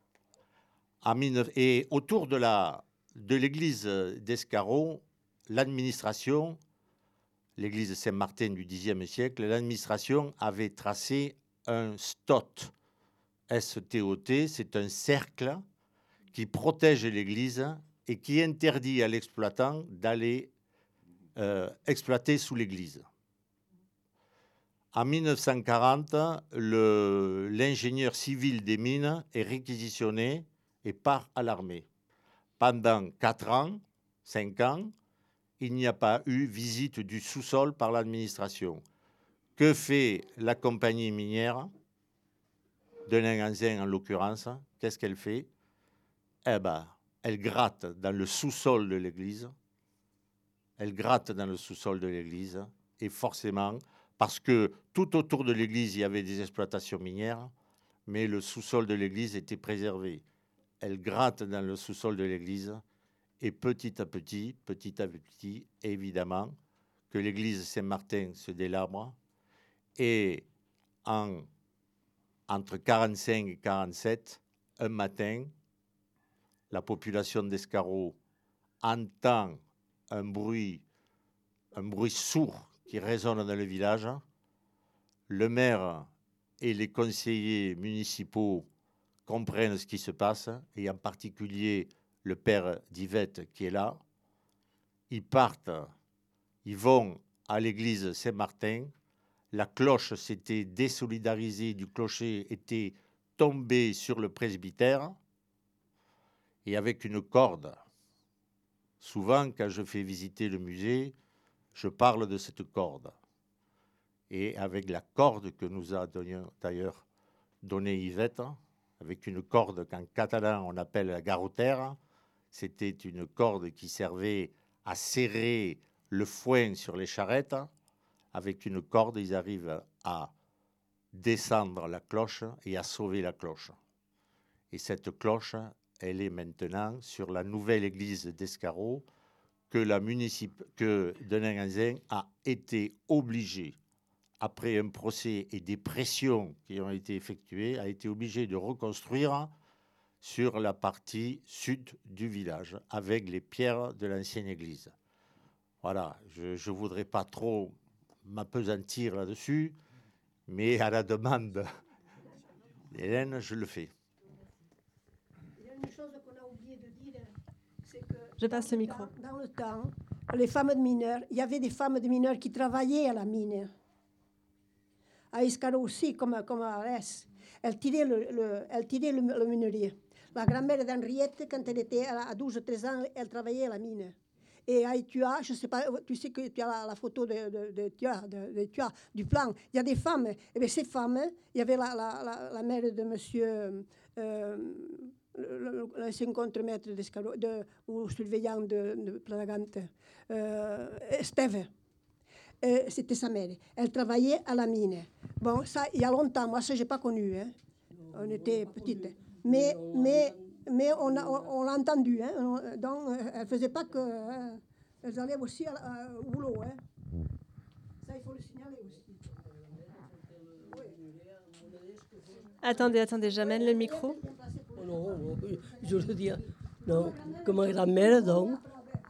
et autour de l'église d'Escarreau, l'administration, l'église Saint-Martin du Xe siècle, l'administration avait tracé un STOT. S-T-O-T, c'est un cercle qui protège l'église et qui interdit à l'exploitant d'aller exploiter sous l'église. En 1940, l'ingénieur civil des mines est réquisitionné et part à l'armée. Pendant 4 ans, 5 ans, il n'y a pas eu visite du sous-sol par l'administration. Que fait la compagnie minière de Linganzin en l'occurrence? Qu'est-ce qu'elle fait? Eh bien, elle gratte dans le sous-sol de l'église. Elle gratte dans le sous-sol de l'église. Et forcément, parce que tout autour de l'église, il y avait des exploitations minières, mais le sous-sol de l'église était préservé. Elle gratte dans le sous-sol de l'église, et petit à petit, évidemment, que l'église Saint-Martin se délabre, et entre 45 et 47, un matin, la population d'Escarreau entend un bruit sourd qui résonne dans le village. Le maire et les conseillers municipaux comprennent ce qui se passe, et en particulier le père d'Yvette qui est là. Ils partent, ils vont à l'église Saint-Martin. La cloche s'était désolidarisée du clocher, était tombée sur le presbytère, et avec une corde. Souvent, quand je fais visiter le musée, je parle de cette corde. Et avec la corde que nous a d'ailleurs donnée Yvette, avec une corde qu'en catalan on appelle la garrottère, c'était une corde qui servait à serrer le foin sur les charrettes. Avec une corde, ils arrivent à descendre la cloche et à sauver la cloche. Et cette cloche, elle est maintenant sur la nouvelle église d'Escarreau que Denain-Ganzin a été obligé, après un procès et des pressions qui ont été effectuées, a été obligé de reconstruire sur la partie sud du village, avec les pierres de l'ancienne église. Voilà, je ne voudrais pas trop m'appesantir là-dessus, mais à la demande d'Hélène, je le fais. Il y a une chose qu'on a oublié de dire, c'est que... Je passe le micro. Dans le temps, les femmes de mineurs, il y avait des femmes de mineurs qui travaillaient à la mine. À Escarreau aussi, comme à Arès. Elle tirait le minerai. La grand-mère d'Henriette, quand elle était à 12 ou 13 ans, elle travaillait à la mine. Et à Etua, je sais pas, tu sais que tu as la photo de du plan. Il y a des femmes. Et bien ces femmes, il y avait la mère de monsieur, l'ancien contre-maître d'Escarreau, ou surveillant de Planagante, Esteve. C'était sa mère. Elle travaillait à la mine. Bon, ça, il y a longtemps. Moi, ça, je n'ai pas connu. Hein. On était petites. Mais on l'a entendu. Hein. Donc, elle ne faisait pas que... elles allaient aussi au boulot. Hein. Ça, il faut le signaler aussi. Attendez, j'amène le micro. Non, je veux dire, non, comme ma grand-mère, donc.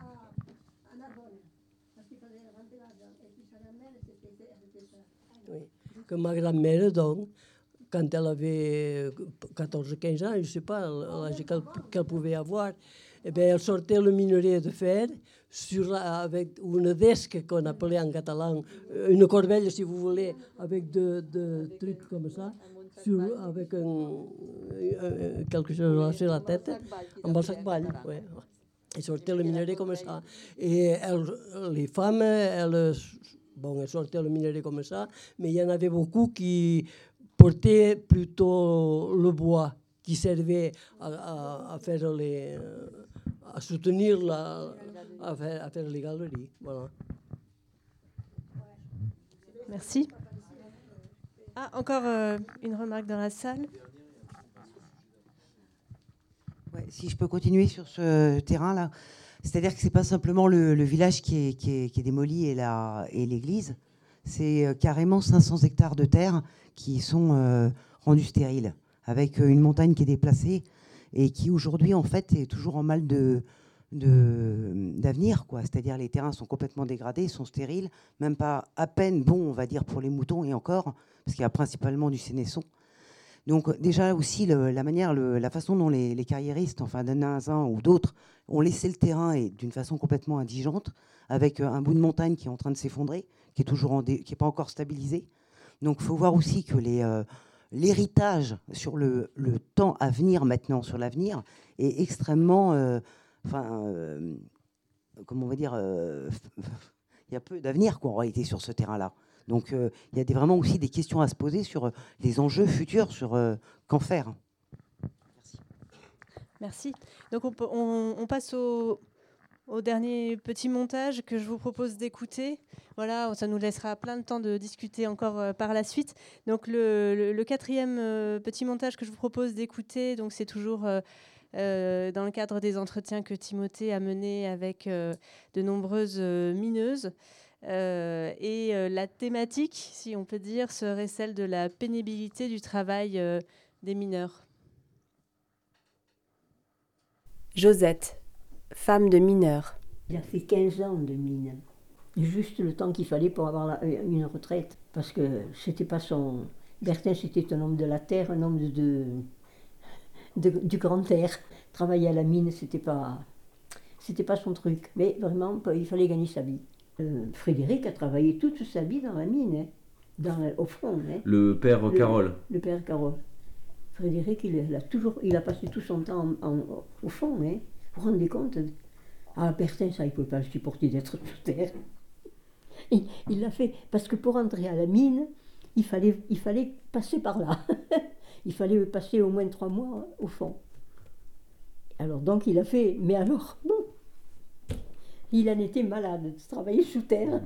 Oui. Comme ma grand-mère, donc, quand elle avait 14-15 ans, je ne sais pas l'âge qu'elle pouvait avoir, eh bien, elle sortait le minerai de fer avec une desque qu'on appelait en catalan, une corbeille, si vous voulez, avec deux trucs comme ça, avec quelque chose sur la tête, un sac ball. Ouais. Elle sortait le minerai comme ça. Et les femmes, elles sortaient le minerai comme ça, mais il y en avait beaucoup qui portaient plutôt le bois, qui servait à faire à soutenir à faire les galeries. Voilà. Merci. Ah, encore une remarque dans la salle. Ouais, si je peux continuer sur ce terrain-là, c'est-à-dire que ce n'est pas simplement le village qui est démoli et l'église, c'est carrément 500 hectares de terre qui sont rendus stériles, avec une montagne qui est déplacée et qui aujourd'hui en fait est toujours en mal d'avenir, quoi. C'est-à-dire les terrains sont complètement dégradés, sont stériles, même pas à peine bons, on va dire, pour les moutons, et encore, parce qu'il y a principalement du sénesson. Donc déjà aussi la façon dont les carriéristes, enfin Denain-Ganzin ou d'autres, ont laissé le terrain et d'une façon complètement indigente, avec un bout de montagne qui est en train de s'effondrer, qui est pas encore stabilisé. Donc il faut voir aussi que l'héritage sur le temps à venir maintenant, sur l'avenir, est extrêmement... comment on va dire, il y a peu d'avenir en réalité sur ce terrain-là. Donc il y a vraiment aussi des questions à se poser sur les enjeux futurs, sur qu'en faire. Merci. Donc on passe au au dernier petit montage que je vous propose d'écouter. Voilà, ça nous laissera plein de temps de discuter encore par la suite. Donc le quatrième petit montage que je vous propose d'écouter, donc c'est toujours dans le cadre des entretiens que Timothée a menés avec de nombreuses mineuses. La thématique, si on peut dire, serait celle de la pénibilité du travail des mineurs. Josette, femme de mineur. Il a fait 15 ans de mine. Juste le temps qu'il fallait pour avoir une retraite. Parce que c'était pas son... Bertin, c'était un homme de la terre, un homme du grand air. Travailler à la mine, c'était pas son truc. Mais vraiment, il fallait gagner sa vie. Frédéric a travaillé toute sa vie dans la mine, au fond. Le père Carole. Le père Carole. Frédéric, il a passé tout son temps au fond. Vous vous rendez compte? Ah, Bertin, ça, il ne pouvait pas le supporter d'être sous terre. Il l'a fait parce que pour entrer à la mine, il fallait passer par là. Il fallait passer au moins 3 mois au fond. Alors donc il a fait, mais alors, bon, il en était malade de travailler sous terre.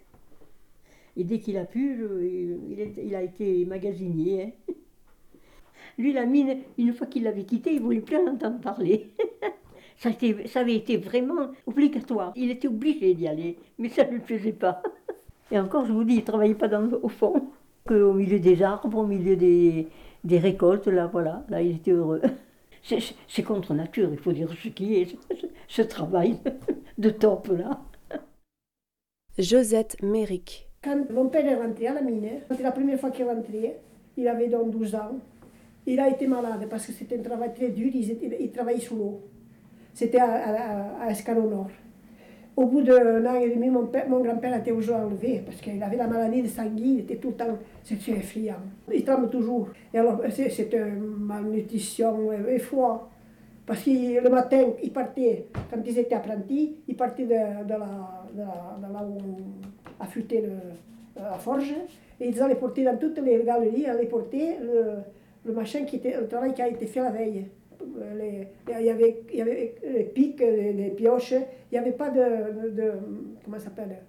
Et dès qu'il a pu, il a été magasinier. Lui, la mine, une fois qu'il l'avait quitté, il ne voulait plus en entendre parler. Ça avait été vraiment obligatoire. Il était obligé d'y aller, mais ça ne le faisait pas. Et encore, je vous dis, il ne travaillait pas au fond, qu'au milieu des arbres, au milieu des récoltes, là, voilà, là, il était heureux. C'est contre nature, il faut dire ce qui est, ce travail de top, là. Josette Méric. Quand mon père est rentré à la mine, c'était la première fois qu'il est rentré, il avait donc 12 ans. Il a été malade parce que c'était un travail très dur, il travaillait sous l'eau. C'était à Escalo Nord. Au bout d'un an et demi, mon grand-père a été enlevé parce qu'il avait la maladie de sanguine, il était tout le temps, c'était effrayant. Il tremble toujours. Et alors, c'est une malnutrition et froid. Parce que le matin, il partait, quand ils étaient apprentis, il partait de là où on affûtait la forge, et ils allaient porter dans toutes les galeries, ils allaient porter le machin le travail qui a été fait la veille. Il y avait les pics, les pioches, il n'y avait pas de comment ça s'appelle,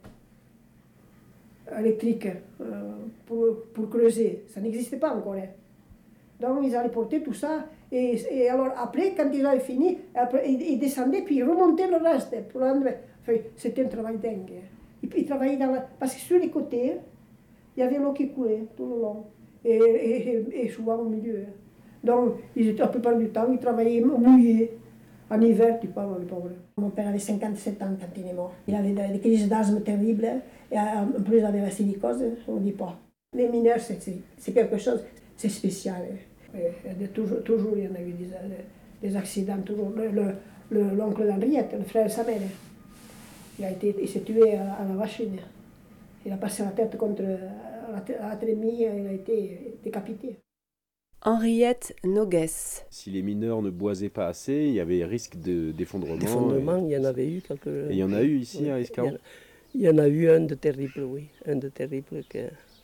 électrique pour creuser, ça n'existait pas encore. Donc ils allaient porter tout ça, et alors après, quand ils avaient fini, après, ils descendaient, puis ils remontaient le reste. Enfin, c'était un travail dingue. Ils travaillaient parce que sur les côtés, il y avait l'eau qui coulait tout le long, et souvent au milieu. Donc, la plupart du temps, ils travaillaient mouillés. En hiver, tu parles, les pauvres. Mon père avait 57 ans quand il est mort. Il avait des crises d'asthme terribles, et en plus, il avait la silicose, on ne dit pas. Les mineurs, c'est quelque chose, c'est spécial. Toujours, il y en a eu des accidents. Toujours. L'oncle d'Henriette, le frère de sa mère, il s'est tué à la machine. Il a passé la tête contre la trémie, il a été décapité. Henriette Nogues. Si les mineurs ne boisaient pas assez, il y avait risque d'effondrement. Il y en avait eu quelques... Et il y en a eu ici à Escaro. Il y en a eu un de terrible, oui. Un de terrible que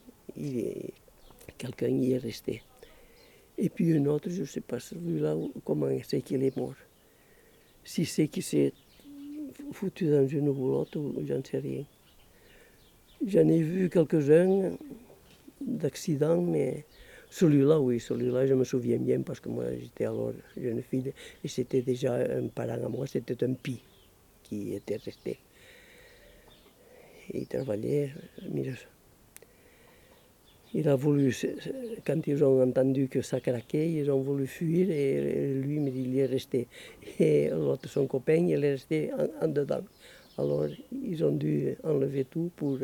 quelqu'un y est resté. Et puis un autre, je ne sais pas celui-là, comment c'est qu'il est mort. Si c'est qu'il s'est foutu dans une roulotte, j'en sais rien. J'en ai vu quelques-uns d'accidents, mais... Celui-là, oui, celui-là, je me souviens bien parce que moi, j'étais alors jeune fille et c'était déjà un parent à moi, c'était un pie qui était resté. Il travaillait, il a voulu, quand ils ont entendu que ça craquait, ils ont voulu fuir et lui, mais il est resté. Et l'autre, son copain, il est resté en dedans. Alors, ils ont dû enlever tout pour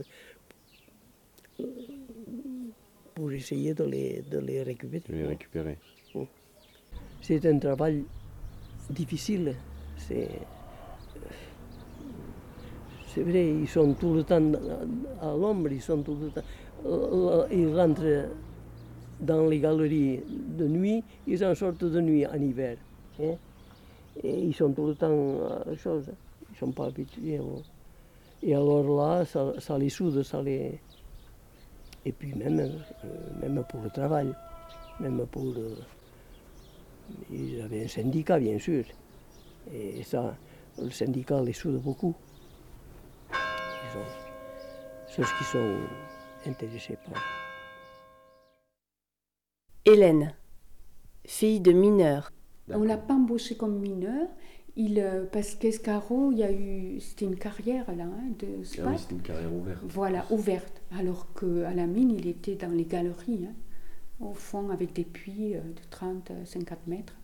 essayer de les récupérer. C'est un travail difficile. C'est vrai, ils sont tout le temps à l'ombre, ils sont tout le temps... Ils rentrent dans les galeries de nuit, ils en sortent de nuit en hiver. Et ils sont tout le temps à chose, ils ne sont pas habitués. Et alors là, ça les soude, ça les... Et puis même pour le travail, même ils avaient un syndicat bien sûr. Et ça, le syndicat les soude beaucoup. Ceux qui sont intéressés par. Hélène, fille de mineur. On ne l'a pas embauché comme mineur, parce qu'Escarot, c'était une carrière là, de SPAT. Ah oui, c'était une carrière ouverte. Voilà, ouverte. Alors qu'à la mine, il était dans les galeries, au fond, avec des puits de 30-50 mètres.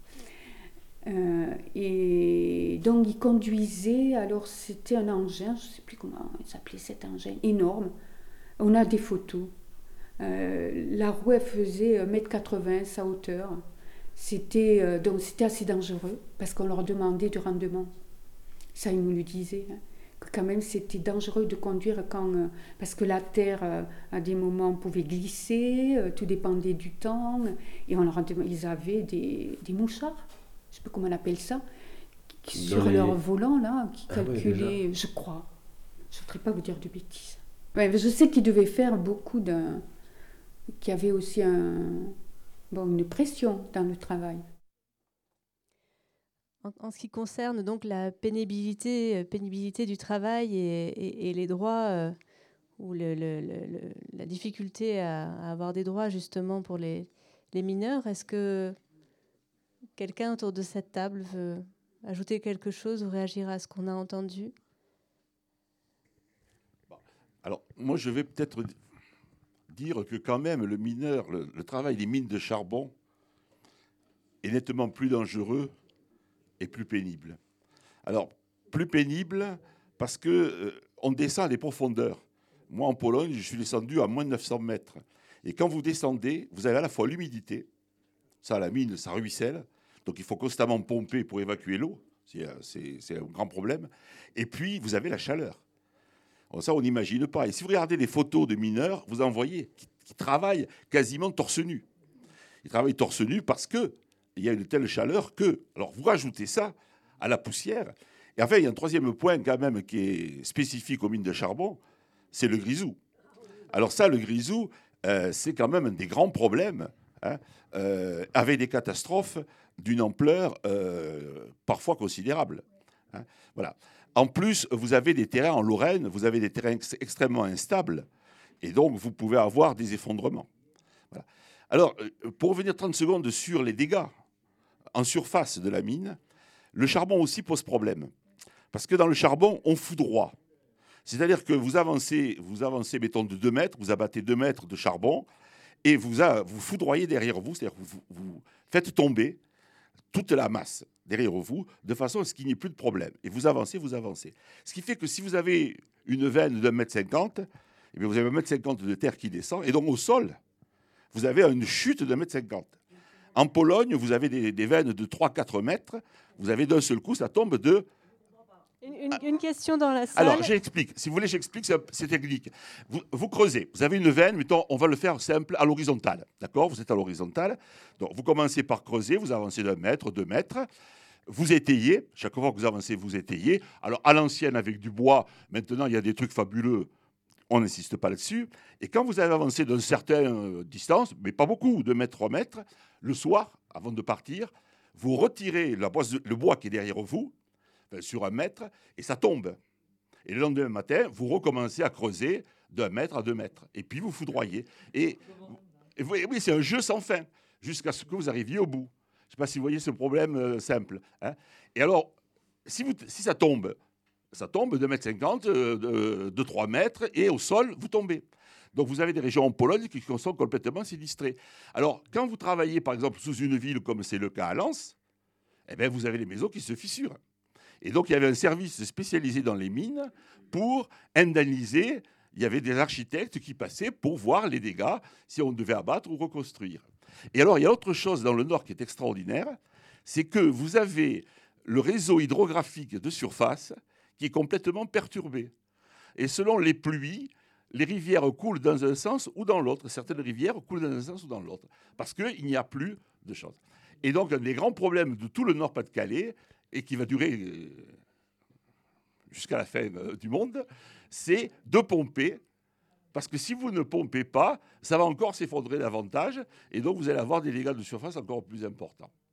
Et donc, il conduisait, alors c'était un engin, je ne sais plus comment il s'appelait cet engin, énorme. On a des photos. La roue, elle faisait 1,80 m sa hauteur. Donc c'était assez dangereux parce qu'on leur demandait du rendement. Ça, ils nous le disaient. Que quand même, c'était dangereux de conduire parce que la terre, à des moments, pouvait glisser, tout dépendait du temps. Et ils avaient des mouchards, je ne sais pas comment on appelle ça, sur leur volant, là, qui calculaient, je crois. Je ne voudrais pas vous dire de bêtises. Ouais, je sais qu'ils devaient faire beaucoup qu'il y avait aussi une pression dans le travail. En ce qui concerne donc la pénibilité du travail et les droits, ou la difficulté à avoir des droits justement pour les mineurs, est-ce que quelqu'un autour de cette table veut ajouter quelque chose ou réagir à ce qu'on a entendu ? Alors, moi, je vais peut-être dire que quand même, le mineur, le travail des mines de charbon est nettement plus dangereux et plus pénible. Alors, plus pénible parce qu'on descend à des profondeurs. Moi, en Pologne, je suis descendu à moins de 900 mètres. Et quand vous descendez, vous avez à la fois l'humidité, ça, à la mine, ça ruisselle, donc il faut constamment pomper pour évacuer l'eau, c'est un grand problème. Et puis, vous avez la chaleur. Alors ça, on n'imagine pas. Et si vous regardez les photos de mineurs, vous en voyez qui travaillent quasiment torse nu. Ils travaillent torse nu parce qu'il y a une telle chaleur que... Alors, vous rajoutez ça à la poussière. Et enfin, il y a un troisième point quand même qui est spécifique aux mines de charbon, c'est le grisou. Alors ça, le grisou, c'est quand même un des grands problèmes, avec des catastrophes d'une ampleur parfois considérable. Voilà. En plus, vous avez des terrains en Lorraine, vous avez des terrains extrêmement instables, et donc vous pouvez avoir des effondrements. Voilà. Alors, pour revenir 30 secondes sur les dégâts en surface de la mine, le charbon aussi pose problème. Parce que dans le charbon, on foudroie. C'est-à-dire que vous avancez, mettons, de 2 mètres, vous abattez 2 mètres de charbon, et vous foudroyez derrière vous, c'est-à-dire que vous faites tomber toute la masse derrière vous, de façon à ce qu'il n'y ait plus de problème. Et vous avancez, vous avancez. Ce qui fait que si vous avez une veine de 1,50 m, eh bien vous avez 1,50 m de terre qui descend, et donc au sol, vous avez une chute de 1,50 m. En Pologne, vous avez des veines de 3-4 mètres, vous avez d'un seul coup, ça tombe de... Une question dans la salle. Alors, j'explique. Si vous voulez, j'explique, c'est technique. Vous creusez. Vous avez une veine, mettons, on va le faire simple, à l'horizontale. D'accord ? Vous êtes à l'horizontale. Donc, vous commencez par creuser, vous avancez d'1 mètre, 2 mètres. Vous étayez. Chaque fois que vous avancez, vous étayez. Alors, à l'ancienne, avec du bois, maintenant, il y a des trucs fabuleux. On n'insiste pas là-dessus. Et quand vous avez avancé d'une certaine distance, mais pas beaucoup, 2 mètres, 3 mètres, le soir, avant de partir, vous retirez le bois qui est derrière vous, sur 1 mètre, et ça tombe. Et le lendemain matin, vous recommencez à creuser d'1 mètre à 2 mètres. Et puis vous foudroyez. Et oui, c'est un jeu sans fin, jusqu'à ce que vous arriviez au bout. Je ne sais pas si vous voyez ce problème simple. Et alors, si ça tombe de 1,50 m, de 3 mètres, et au sol, vous tombez. Donc vous avez des régions en Pologne qui sont complètement sinistrées. Alors, quand vous travaillez, par exemple, sous une ville comme c'est le cas à Lens, eh bien, vous avez les maisons qui se fissurent. Et donc, il y avait un service spécialisé dans les mines pour indemniser. Il y avait des architectes qui passaient pour voir les dégâts, si on devait abattre ou reconstruire. Et alors, il y a autre chose dans le Nord qui est extraordinaire, c'est que vous avez le réseau hydrographique de surface qui est complètement perturbé. Et selon les pluies, les rivières coulent dans un sens ou dans l'autre. Certaines rivières coulent dans un sens ou dans l'autre, parce qu'il n'y a plus de choses. Et donc, un des grands problèmes de tout le Nord-Pas-de-Calais, et qui va durer jusqu'à la fin du monde, c'est de pomper. Parce que si vous ne pompez pas, ça va encore s'effondrer davantage, et donc vous allez avoir des dégâts de surface encore plus importants.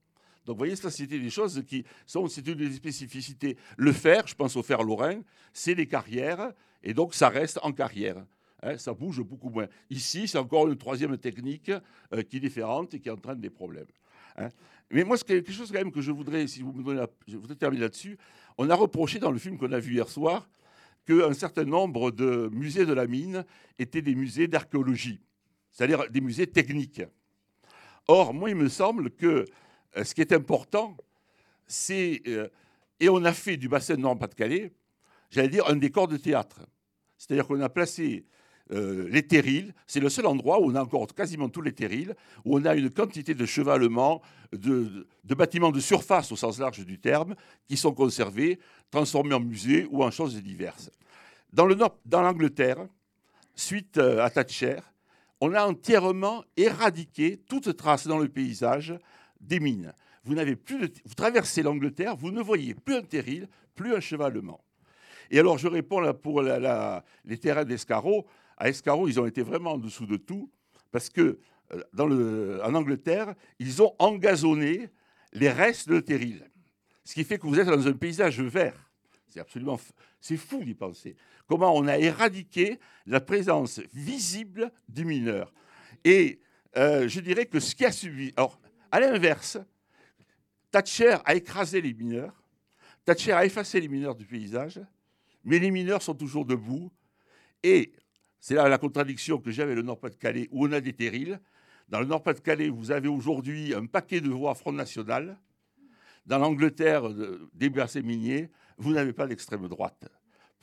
Donc, vous voyez, ça, c'était des choses qui sont, c'est une des spécificités. Le fer, je pense au fer lorrain, c'est les carrières, et donc ça reste en carrière. Hein, ça bouge beaucoup moins. Ici, c'est encore une troisième technique qui est différente et qui entraîne des problèmes. Hein. Mais moi, c'est quelque chose quand même que je voudrais, si vous me donnez je voudrais terminer là-dessus. On a reproché dans le film qu'on a vu hier soir qu'un certain nombre de musées de la mine étaient des musées d'archéologie, c'est-à-dire des musées techniques. Or, moi, il me semble que ce qui est important, c'est... et on a fait du bassin de Nord-Pas-de-Calais, j'allais dire, un décor de théâtre. C'est-à-dire qu'on a placé les terrils. C'est le seul endroit où on a encore quasiment tous les terrils, où on a une quantité de chevalements, de bâtiments de surface au sens large du terme, qui sont conservés, transformés en musées ou en choses diverses. Dans l'Angleterre, suite à Thatcher, on a entièrement éradiqué toute trace dans le paysage des mines. Vous traversez l'Angleterre, vous ne voyez plus un terril, plus un chevalement. Et alors, je réponds là pour les terrains d'Escarreau. À Escarreau, ils ont été vraiment en dessous de tout, parce que en Angleterre, ils ont engazonné les restes de terril. Ce qui fait que vous êtes dans un paysage vert. C'est fou d'y penser. Comment on a éradiqué la présence visible du mineur. Et je dirais que ce qui a suivi... Alors, à l'inverse, Thatcher a écrasé les mineurs, Thatcher a effacé les mineurs du paysage, mais les mineurs sont toujours debout. Et c'est là la contradiction que j'ai avec le Nord-Pas-de-Calais, où on a des terrils. Dans le Nord-Pas-de-Calais, vous avez aujourd'hui un paquet de voix Front National. Dans l'Angleterre des bassins miniers, vous n'avez pas d'extrême droite. Pourquoi ?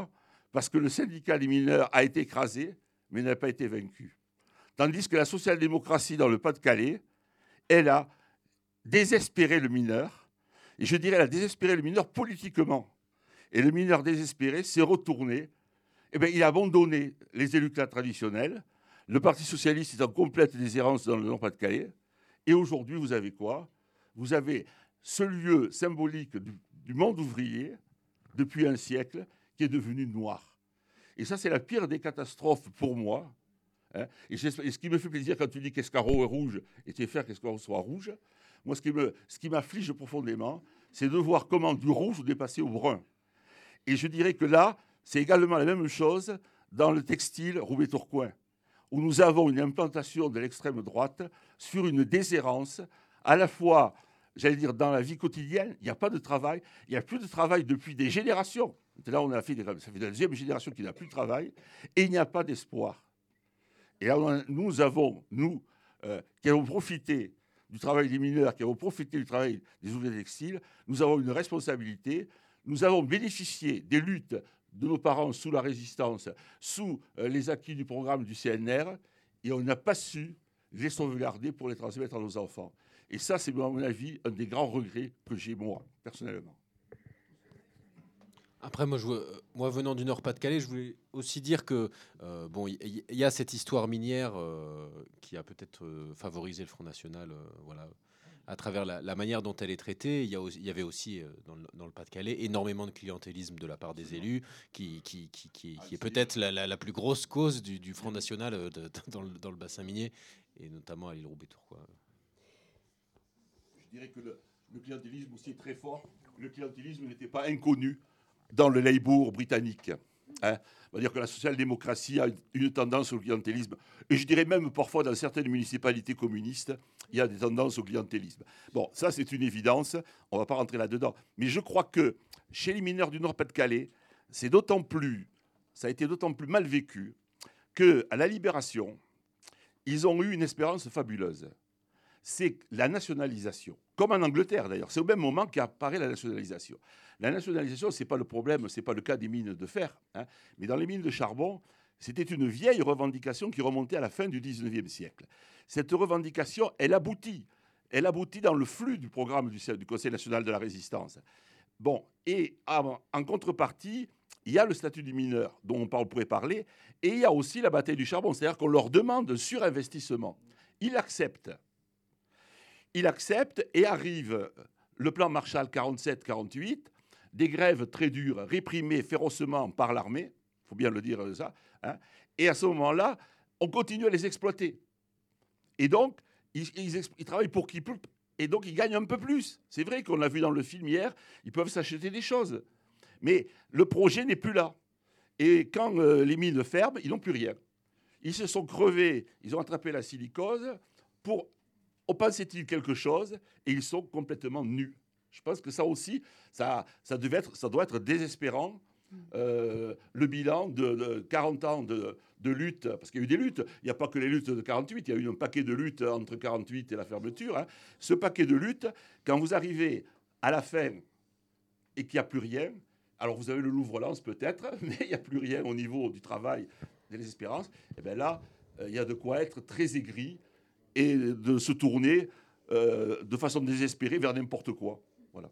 Parce que le syndicat des mineurs a été écrasé, mais n'a pas été vaincu. Tandis que la social-démocratie dans le Pas-de-Calais, elle a désespéré le mineur, et je dirais elle a désespéré le mineur politiquement. Et le mineur désespéré s'est retourné, il a abandonné les élus traditionnels, le Parti socialiste est en complète déshérence dans le Nord-Pas-de-Calais, et aujourd'hui, vous avez quoi ? Vous avez ce lieu symbolique du monde ouvrier, depuis un siècle, qui est devenu noir. Et ça, c'est la pire des catastrophes pour moi. Hein. Et ce qui me fait plaisir quand tu dis qu'Escarreau est rouge, et tu es fier qu'Escarreau soit rouge, moi, ce qui m'afflige profondément, c'est de voir comment du rouge est passé au brun. Et je dirais que là, c'est également la même chose dans le textile Roubaix-Tourcoing, où nous avons une implantation de l'extrême droite sur une déshérence, à la fois, j'allais dire, dans la vie quotidienne, il n'y a pas de travail, il n'y a plus de travail depuis des générations. Là, ça fait la deuxième génération qui n'a plus de travail, et il n'y a pas d'espoir. Et là, nous qui avons profité du travail des mineurs, qui avons profité du travail des ouvriers textiles, nous avons une responsabilité. Nous avons bénéficié des luttes de nos parents sous la résistance, sous les acquis du programme du CNR, et on n'a pas su les sauvegarder pour les transmettre à nos enfants. Et ça, c'est, à mon avis, un des grands regrets que j'ai, moi, personnellement. Après, moi, venant du Nord-Pas-de-Calais, je voulais aussi dire que il y a cette histoire minière qui a peut-être favorisé le Front National, voilà, à travers la manière dont elle est traitée. Il y avait aussi dans le Pas-de-Calais énormément de clientélisme de la part des élus, qui est peut-être la plus grosse cause du Front National dans le bassin minier, et notamment à l'île Roubaix-Tourcoing. Je dirais que le clientélisme aussi est très fort. Le clientélisme n'était pas inconnu dans le Labour britannique. Hein. On va dire que la social-démocratie a une tendance au clientélisme. Et je dirais même parfois dans certaines municipalités communistes, il y a des tendances au clientélisme. Bon, ça c'est une évidence, on ne va pas rentrer là-dedans. Mais je crois que chez les mineurs du Nord-Pas-de-Calais, ça a été d'autant plus mal vécu qu'à la Libération, ils ont eu une espérance fabuleuse. C'est la nationalisation. Comme en Angleterre d'ailleurs, c'est au même moment qu'apparaît la nationalisation. La nationalisation, ce n'est pas le problème, ce n'est pas le cas des mines de fer, hein, mais dans les mines de charbon, c'était une vieille revendication qui remontait à la fin du 19e siècle. Cette revendication, elle aboutit dans le flux du programme du Conseil national de la résistance. Bon, et en contrepartie, il y a le statut du mineur dont on pourrait parler, et il y a aussi la bataille du charbon, c'est-à-dire qu'on leur demande un surinvestissement. Ils acceptent. Et arrive le plan Marshall 47-48, des grèves très dures, réprimées férocement par l'armée, il faut bien le dire ça, hein, et à ce moment-là, on continue à les exploiter. Et donc, ils travaillent pour qui ? Et donc, ils gagnent un peu plus. C'est vrai qu'on l'a vu dans le film hier, ils peuvent s'acheter des choses. Mais le projet n'est plus là. Et quand les mines ferment, ils n'ont plus rien. Ils se sont crevés, ils ont attrapé la silicose pour, on pensait-il quelque chose, et ils sont complètement nus. Je pense que ça aussi, ça doit être désespérant. Le bilan de 40 ans de lutte, parce qu'il y a eu des luttes, il n'y a pas que les luttes de 48, il y a eu un paquet de luttes entre 48 et la fermeture. Hein. Ce paquet de luttes, quand vous arrivez à la fin et qu'il n'y a plus rien, alors vous avez le Louvre-Lens peut-être, mais il n'y a plus rien au niveau du travail, des espérances, et bien là, il y a de quoi être très aigri et de se tourner de façon désespérée vers n'importe quoi. Voilà.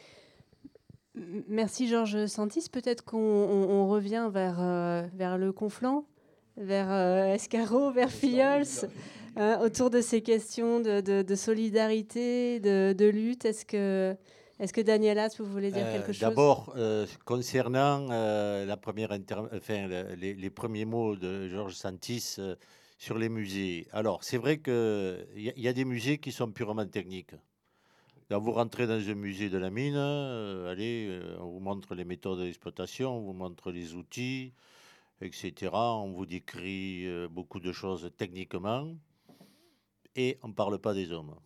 Merci Georges Santis. Peut-être qu'on revient vers le Conflent, vers Escarot, vers Filliols, autour de ces questions de solidarité, de lutte. Est-ce que Daniel As, vous voulez dire quelque chose? D'abord, concernant les premiers mots de Georges Santis sur les musées. Alors, c'est vrai qu'il y a des musées qui sont purement techniques. Quand vous rentrez dans un musée de la mine, on vous montre les méthodes d'exploitation, on vous montre les outils, etc. On vous décrit beaucoup de choses techniquement et on ne parle pas des hommes.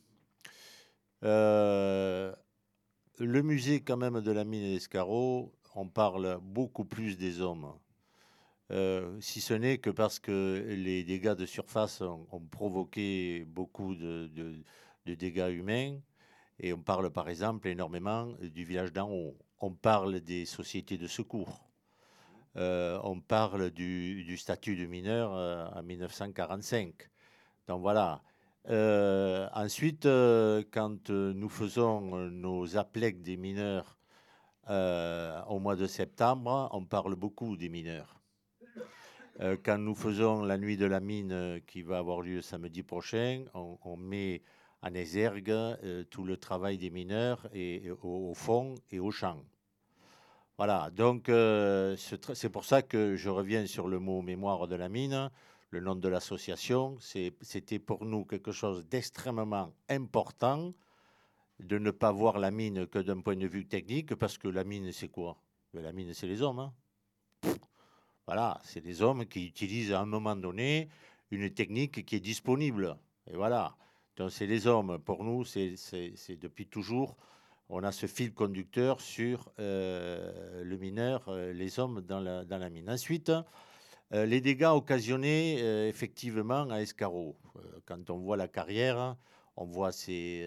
Le musée quand même de la mine d'Escarot, on parle beaucoup plus des hommes. Si ce n'est que parce que les dégâts de surface ont provoqué beaucoup de dégâts humains. Et on parle par exemple énormément du village d'en haut. On parle des sociétés de secours. On parle du statut de mineur en 1945. Donc voilà. Ensuite, quand nous faisons nos aplecs des mineurs au mois de septembre, on parle beaucoup des mineurs. Quand nous faisons la nuit de la mine qui va avoir lieu samedi prochain, on met en exergue tout le travail des mineurs et au fond et au champ. Voilà, donc c'est pour ça que je reviens sur le mot mémoire de la mine. Le nom de l'association, c'était pour nous quelque chose d'extrêmement important de ne pas voir la mine que d'un point de vue technique, parce que la mine, c'est quoi? La mine, c'est les hommes. Hein. Voilà, c'est les hommes qui utilisent à un moment donné une technique qui est disponible. Et voilà. Donc, c'est les hommes. Pour nous, c'est depuis toujours, on a ce fil conducteur sur le mineur, les hommes dans la mine. Ensuite, les dégâts occasionnés effectivement à Escarot. Quand on voit la carrière, on voit ces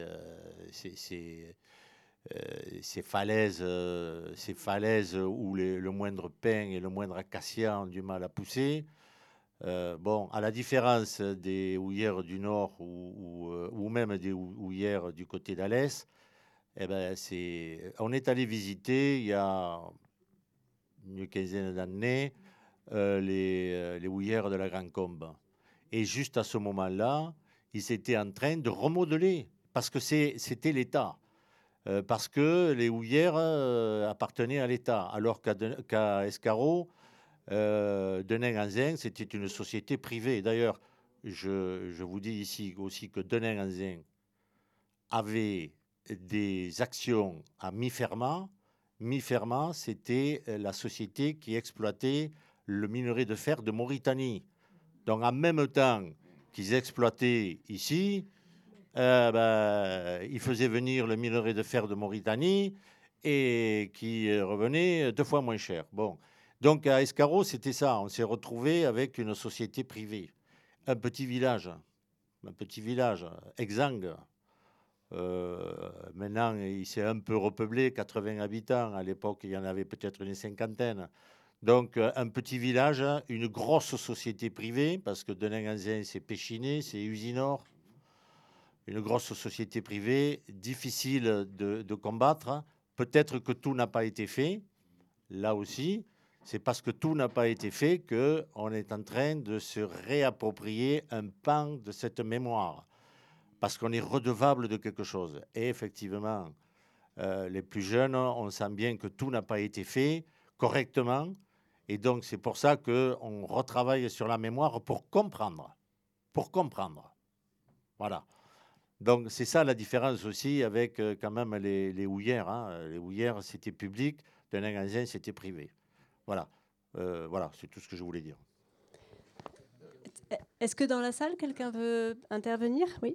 falaises où le moindre pin et le moindre acacia ont du mal à pousser. Bon, à la différence des houillères du Nord ou même des houillères du côté d'Alès, eh ben, on est allé visiter il y a une quinzaine d'années les houillères de la Grande Combe. Et juste à ce moment-là, ils étaient en train de remodeler parce que c'était l'État. Parce que les houillères appartenaient à l'État, alors qu'à Escarot, Denain-Anzin, c'était une société privée. D'ailleurs, je vous dis ici aussi que Denain-Anzin avait des actions à Mi-Fermat. Mi-Fermat, c'était la société qui exploitait le minerai de fer de Mauritanie. Donc, en même temps qu'ils exploitaient ici, ils faisaient venir le minerai de fer de Mauritanie et qui revenait 2 fois moins cher. Bon. Donc, à Escarot, c'était ça. On s'est retrouvé avec une société privée. Un petit village, exsangue. Maintenant, il s'est un peu repeuplé, 80 habitants. À l'époque, il y en avait peut-être une cinquantaine. Donc, un petit village, une grosse société privée, parce que Denain-Anzin, c'est Péchiné, c'est Usinor. Une grosse société privée, difficile de combattre. Peut-être que tout n'a pas été fait. Là aussi, c'est parce que tout n'a pas été fait qu'on est en train de se réapproprier un pan de cette mémoire. Parce qu'on est redevable de quelque chose. Et effectivement, les plus jeunes, on sent bien que tout n'a pas été fait correctement. Et donc, c'est pour ça qu'on retravaille sur la mémoire pour comprendre. Pour comprendre. Voilà. Donc, c'est ça la différence aussi avec quand même les houillères. Hein. Les houillères, c'était public, d'un magasin, c'était privé. Voilà. Voilà, c'est tout ce que je voulais dire. Est-ce que dans la salle, quelqu'un veut intervenir? Oui.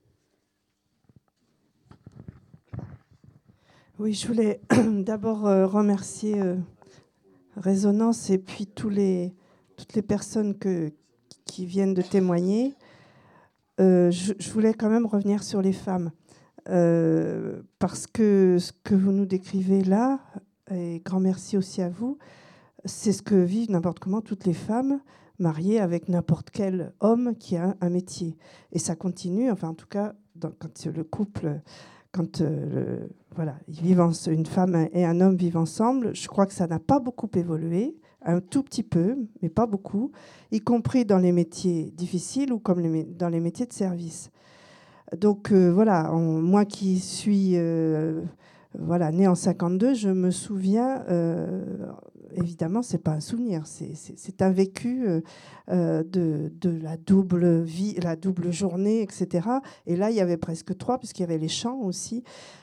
Oui, je voulais d'abord remercier Résonance et puis toutes les personnes qui viennent de témoigner. Je voulais quand même revenir sur les femmes. Parce que ce que vous nous décrivez là, et grand merci aussi à vous, c'est ce que vivent n'importe comment toutes les femmes mariées avec n'importe quel homme qui a un métier. Et ça continue, enfin en tout cas, quand le couple... Quand voilà, une femme et un homme vivent ensemble, je crois que ça n'a pas beaucoup évolué, un tout petit peu, mais pas beaucoup, y compris dans les métiers difficiles ou comme dans les métiers de service. Donc voilà, moi qui suis née en 52, je me souviens, évidemment, c'est pas un souvenir, c'est un vécu de la double vie, la double journée, etc. Et là, il y avait presque 3, puisqu'il y avait les chants aussi.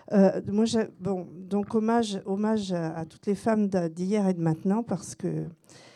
Donc hommage à toutes les femmes d'hier et de maintenant, parce que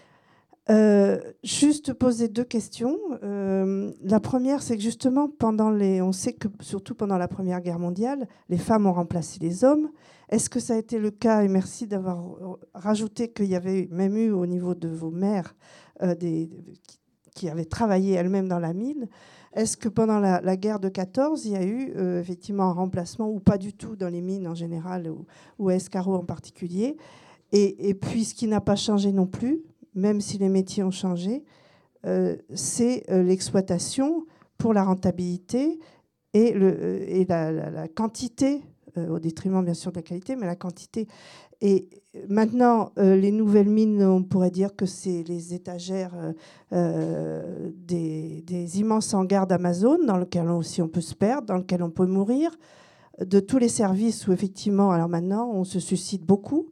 juste poser 2 questions. La première, c'est que justement, on sait que surtout pendant la Première Guerre mondiale, les femmes ont remplacé les hommes. Est-ce que ça a été le cas? Et merci d'avoir rajouté qu'il y avait même eu au niveau de vos mères qui avaient travaillé elles-mêmes dans la mine. Est-ce que pendant la guerre de 14, il y a eu effectivement un remplacement ou pas du tout dans les mines en général ou à Escarot en particulier? Et puis, ce qui n'a pas changé non plus, même si les métiers ont changé, c'est l'exploitation pour la rentabilité et la quantité, au détriment bien sûr de la qualité, mais la quantité. Et maintenant, les nouvelles mines, on pourrait dire que c'est les étagères des immenses hangars d'Amazon, dans lesquels aussi on peut se perdre, dans lesquels on peut mourir, de tous les services où effectivement, alors maintenant, on se suscite beaucoup.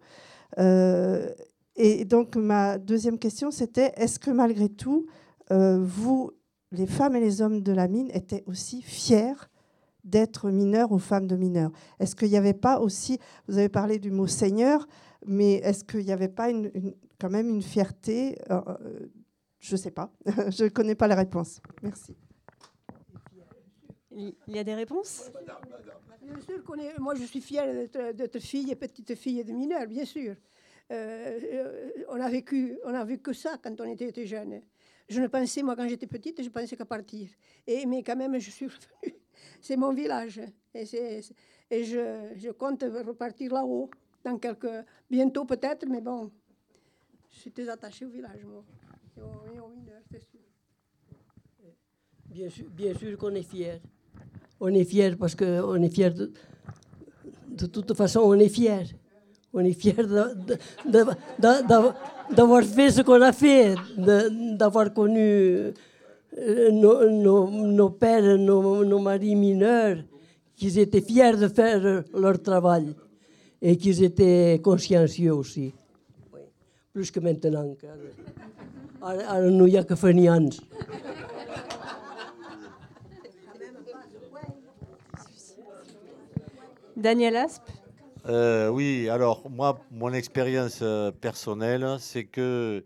Et donc, ma deuxième question, c'était, est-ce que malgré tout, vous, les femmes et les hommes de la mine, étaient aussi fiers d'être mineurs ou femmes de mineurs? Est-ce qu'il n'y avait pas aussi, vous avez parlé du mot seigneur, mais est-ce qu'il n'y avait pas quand même une fierté? Je ne sais pas, je ne connais pas la réponse. Merci. Il y a des réponses? Bien sûr, moi je suis fière d'être fille et petite fille de mineurs, bien sûr. On a vécu ça quand on était jeune. Je ne pensais, moi quand j'étais petite, je pensais qu'à partir. Mais quand même, je suis revenue. C'est mon village. Et je compte repartir là-haut, bientôt peut-être, mais bon, je suis très attachée au village, moi. Et aux mineurs, c'est sûr. Bien sûr qu'on est fiers. On est fiers parce qu'on est fiers de toute façon, on est fiers. On est fiers d'avoir fait ce qu'on a fait, d'avoir connu nos pères, nos maris mineurs, qu'ils étaient fiers de faire leur travail et qu'ils étaient consciencieux aussi. Oui. Plus que maintenant. Ara no hi ha que fer ni ans. Daniel Asp. Oui, alors moi, mon expérience personnelle, c'est que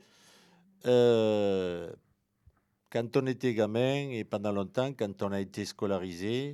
quand on était gamin et pendant longtemps, quand on a été scolarisé,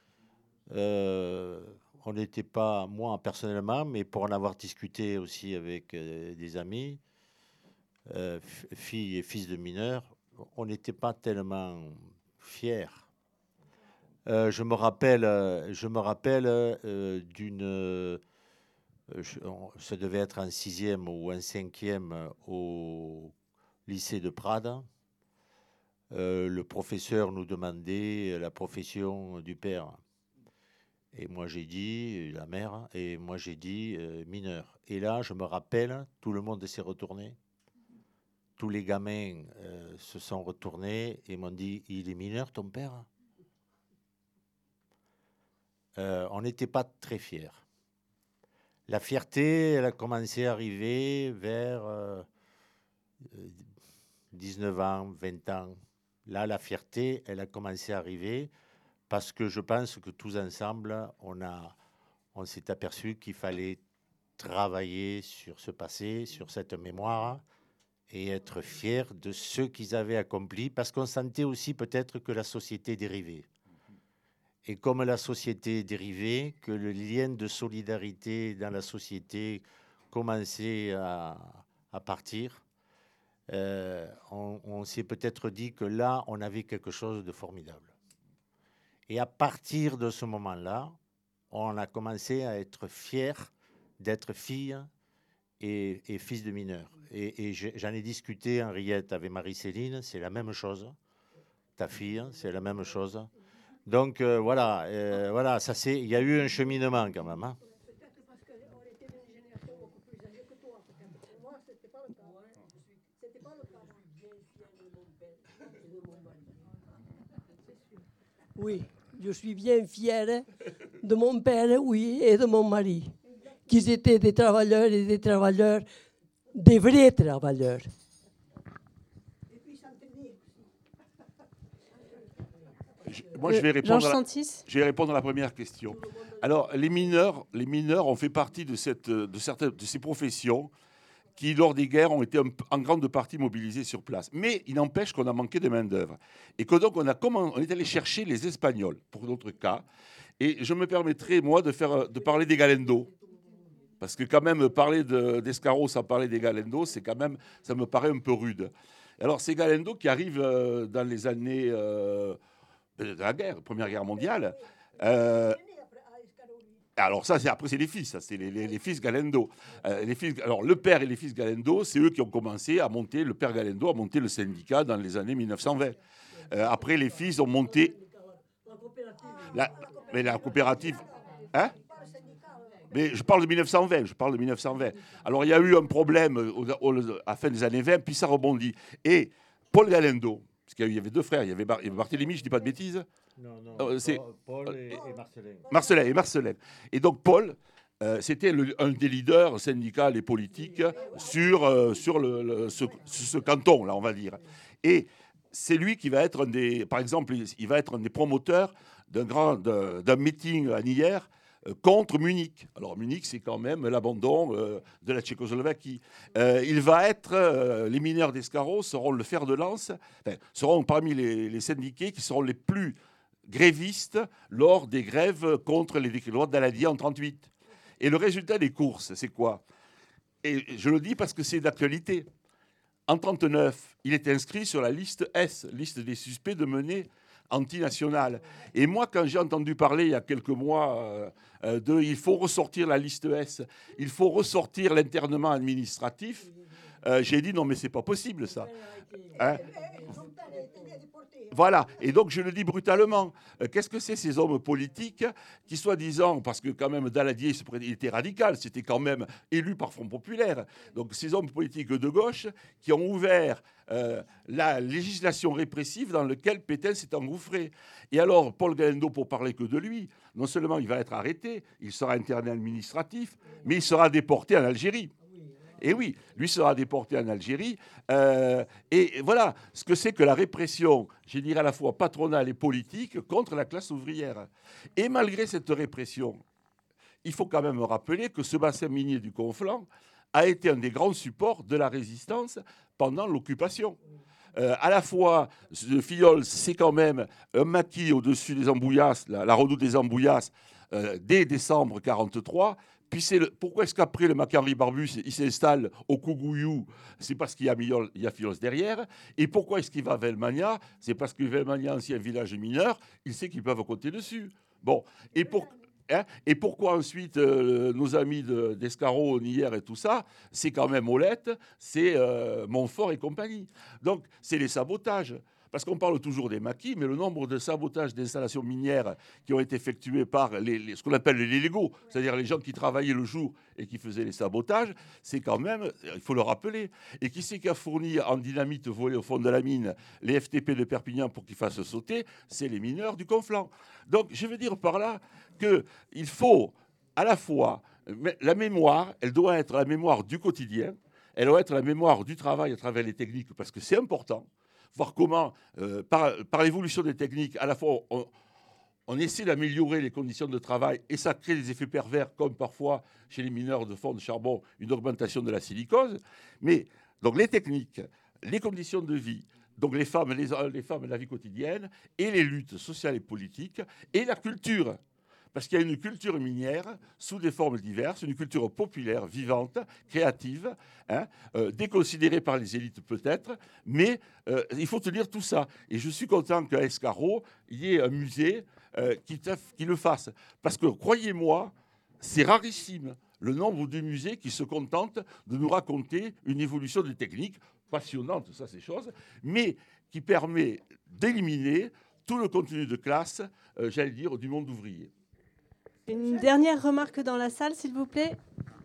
on n'était pas, moi personnellement, mais pour en avoir discuté aussi avec des amis, filles et fils de mineurs, on n'était pas tellement fiers. Je me rappelle d'une... ça devait être en 6e ou en 5e au lycée de Prades. Le professeur nous demandait la profession du père. Et moi j'ai dit, la mère, et moi j'ai dit mineur. Et là, je me rappelle, tout le monde s'est retourné. Tous les gamins se sont retournés et m'ont dit, il est mineur ton père? On n'était pas très fiers. La fierté, elle a commencé à arriver vers 19 ans, 20 ans. Là, la fierté, elle a commencé à arriver parce que je pense que tous ensemble, on s'est aperçu qu'il fallait travailler sur ce passé, sur cette mémoire, et être fiers de ce qu'ils avaient accompli, parce qu'on sentait aussi peut-être que la société dérivait. Et comme la société dérivait, que le lien de solidarité dans la société commençait à partir, on s'est peut-être dit que là, on avait quelque chose de formidable. Et à partir de ce moment-là, on a commencé à être fiers d'être filles et fils de mineurs. Et j'en ai discuté, Henriette, avec Marie-Céline, c'est la même chose. Ta fille, c'est la même chose. Donc voilà, il y a eu un cheminement quand même. Hein. Oui, je suis bien fière de mon père, oui, et de mon mari, qui étaient des travailleurs et des travailleurs, des vrais travailleurs. Moi, je vais répondre à la première question. Alors, les mineurs ont fait partie de ces professions qui, lors des guerres, ont été en grande partie mobilisées sur place. Mais il n'empêche qu'on a manqué de main-d'œuvre. Et que donc, on est allé chercher les Espagnols, pour notre cas. Et je me permettrai, moi, de parler des Galendo. Parce que quand même, parler d'escargots sans parler des Galendo, c'est quand même, ça me paraît un peu rude. Alors, ces Galendo qui arrivent dans les années de la guerre, Première Guerre mondiale. Alors ça, après, c'est les fils, ça, c'est les fils Galendo. Alors le père et les fils Galendo, c'est eux qui ont commencé à monter, le père Galendo a monté le syndicat dans les années 1920. Après, les fils ont monté... Mais la coopérative... Hein? Mais je parle de 1920, Alors il y a eu un problème à la fin des années 20, puis ça rebondit. Et Paul Galendo, parce qu'il y avait deux frères, il y avait Barthélemy, je ne dis pas de bêtises. Non, c'est Paul et Marcellin. Et donc Paul, c'était un des leaders syndicaux et politiques sur ce canton, là, on va dire. Et c'est lui qui va être par exemple, il va être un des promoteurs d'un meeting à Niger contre Munich. Alors Munich, c'est quand même l'abandon de la Tchécoslovaquie. Il va être, les mineurs d'Escarros seront le fer de lance, seront parmi les syndiqués qui seront les plus grévistes lors des grèves contre les lois de Daladier en 1938. Et le résultat des courses, c'est quoi? Et je le dis parce que c'est d'actualité. En 1939, il est inscrit sur la liste S, liste des suspects de menées antinationales. Et moi, quand j'ai entendu parler il y a quelques mois il faut ressortir la liste S, il faut ressortir l'internement administratif, j'ai dit non, mais c'est pas possible ça. Hein? Voilà, et donc je le dis brutalement. Qu'est-ce que c'est ces hommes politiques qui, soi-disant, parce que quand même Daladier il était radical, c'était quand même élu par Front Populaire, donc ces hommes politiques de gauche qui ont ouvert la législation répressive dans laquelle Pétain s'est engouffré. Et alors, Paul Galendo, pour parler que de lui, non seulement il va être arrêté, il sera interné administratif, mais il sera déporté en Algérie. Et oui, lui sera déporté en Algérie. Et voilà ce que c'est que la répression, je dirais à la fois patronale et politique, contre la classe ouvrière. Et malgré cette répression, il faut quand même rappeler que ce bassin minier du Conflent a été un des grands supports de la résistance pendant l'occupation. À la fois, le Filleul, c'est quand même un maquis au-dessus des Ambouillas, la redoute des Ambouillas, dès décembre 1943. Puis pourquoi est-ce qu'après le Mac-Henri Barbus, il s'installe au Kougouillou? C'est parce qu'il y a Filleul derrière. Et pourquoi est-ce qu'il va à Velmania? C'est parce que Velmania, ancien village mineur, il sait qu'ils peuvent compter dessus. Bon, et pourquoi ensuite nos amis d'Escarros, Nier et tout ça, c'est quand même Olette, c'est Montfort et compagnie. Donc, c'est les sabotages. Parce qu'on parle toujours des maquis, mais le nombre de sabotages d'installations minières qui ont été effectués par ce qu'on appelle les légaux, c'est-à-dire les gens qui travaillaient le jour et qui faisaient les sabotages, c'est quand même, il faut le rappeler. Et qui c'est qui a fourni en dynamite volée au fond de la mine les FTP de Perpignan pour qu'ils fassent sauter? C'est les mineurs du Conflent. Donc, je veux dire par là qu'il faut à la fois, la mémoire, elle doit être la mémoire du quotidien, elle doit être la mémoire du travail à travers les techniques, parce que c'est important. Voir comment, par l'évolution des techniques, à la fois on essaie d'améliorer les conditions de travail et ça crée des effets pervers, comme parfois chez les mineurs de fonds de charbon, une augmentation de la silicose. Mais donc les techniques, les conditions de vie, donc les femmes et la vie quotidienne, et les luttes sociales et politiques, et la culture. Parce qu'il y a une culture minière sous des formes diverses, une culture populaire, vivante, créative, déconsidérée par les élites peut-être, mais il faut tenir tout ça. Et je suis content qu'à Escarreau, il y ait un musée qui le fasse. Parce que, croyez-moi, c'est rarissime le nombre de musées qui se contentent de nous raconter une évolution des techniques, passionnante, ça c'est chose, mais qui permet d'éliminer tout le contenu de classe, j'allais dire, du monde ouvrier. Une dernière remarque dans la salle, s'il vous plaît.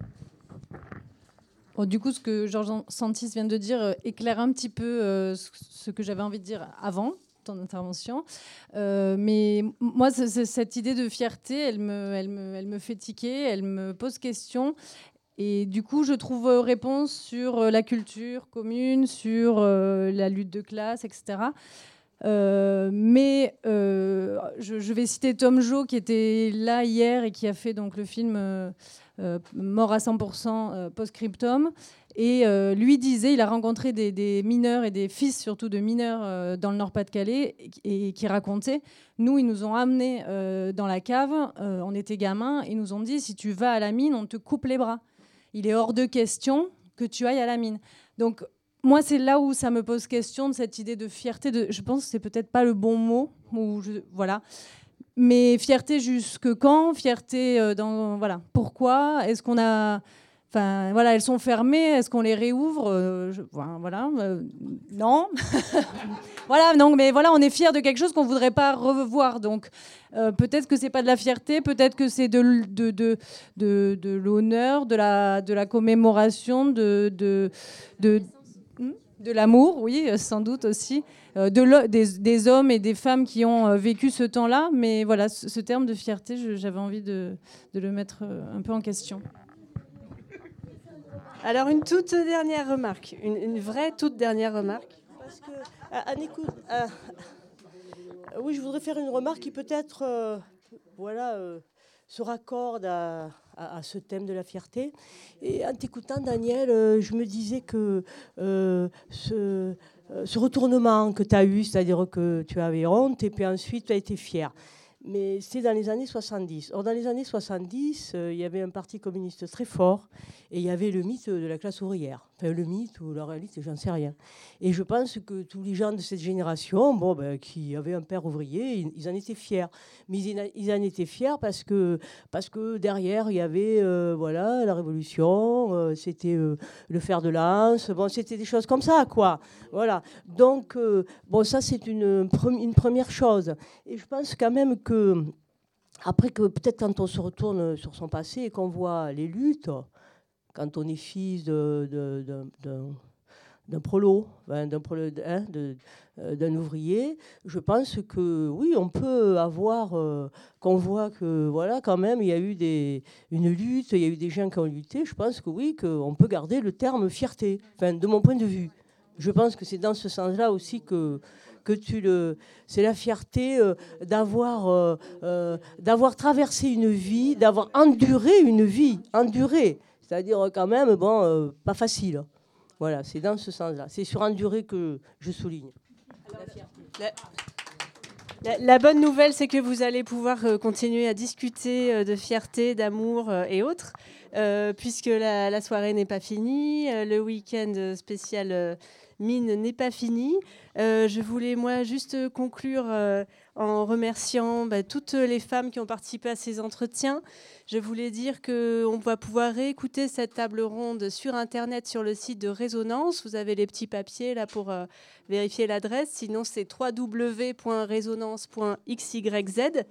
Bon, du coup, ce que Georges Santis vient de dire éclaire un petit peu ce que j'avais envie de dire avant ton intervention. Mais moi, cette idée de fierté, elle me fait tiquer, elle me pose question. Et du coup, je trouve réponse sur la culture commune, sur la lutte de classe, etc. Mais je vais citer Tom Joad qui était là hier et qui a fait donc le film Mort à 100% post-scriptum. Et lui disait, il a rencontré des mineurs et des fils surtout de mineurs dans le Nord-Pas-de-Calais et qui racontaient, nous, ils nous ont amenés dans la cave, on était gamins, ils nous ont dit, si tu vas à la mine, on te coupe les bras. Il est hors de question que tu ailles à la mine. Donc, moi, c'est là où ça me pose question de cette idée de fierté. Je pense que c'est peut-être pas le bon mot. Voilà. Mais fierté jusque quand ? Fierté dans... Voilà. Pourquoi ? Est-ce qu'on a... Enfin, voilà, elles sont fermées. Est-ce qu'on les réouvre ? Voilà. Non. Voilà. Donc, mais voilà, on est fiers de quelque chose qu'on voudrait pas revoir. Donc, peut-être que c'est pas de la fierté. Peut-être que c'est de l'honneur, de la commémoration, de l'amour, oui, sans doute aussi, des hommes et des femmes qui ont vécu ce temps-là. Mais voilà, ce terme de fierté, j'avais envie de le mettre un peu en question. Alors, une toute dernière remarque, une vraie toute dernière remarque. Parce que, oui, je voudrais faire une remarque qui peut-être se raccorde à ce thème de la fierté. Et en t'écoutant, Daniel, je me disais que ce retournement que tu as eu, c'est-à-dire que tu avais honte et puis ensuite tu as été fier. Mais c'est dans les années 70. Or, dans les années 70, il y avait un parti communiste très fort et il y avait le mythe de la classe ouvrière. Enfin, le mythe ou la réalité, j'en sais rien. Et je pense que tous les gens de cette génération, qui avaient un père ouvrier, ils en étaient fiers. Mais ils en étaient fiers parce que derrière, il y avait la révolution, c'était le fer de lance, c'était des choses comme ça, quoi. Voilà. Donc, ça, c'est une première chose. Et je pense quand même que, après que peut-être quand on se retourne sur son passé et qu'on voit les luttes, quand on est fils d'un prolo, d'un ouvrier, je pense que oui, on peut avoir, qu'on voit que voilà, quand même, il y a eu une lutte, il y a eu des gens qui ont lutté. Je pense que oui, qu'on peut garder le terme fierté, de mon point de vue. Je pense que c'est dans ce sens-là aussi que c'est la fierté d'avoir traversé une vie, d'avoir enduré une vie, c'est-à-dire quand même, pas facile. Voilà, c'est dans ce sens-là. C'est sur endurer que je souligne. La bonne nouvelle, c'est que vous allez pouvoir continuer à discuter de fierté, d'amour et autres, puisque la soirée n'est pas finie, le week-end spécial mine n'est pas fini. Je voulais, moi, juste conclure en remerciant toutes les femmes qui ont participé à ces entretiens. Je voulais dire qu'on va pouvoir réécouter cette table ronde sur Internet, sur le site de Résonance. Vous avez les petits papiers là pour vérifier l'adresse. Sinon, c'est www.resonance.xyz.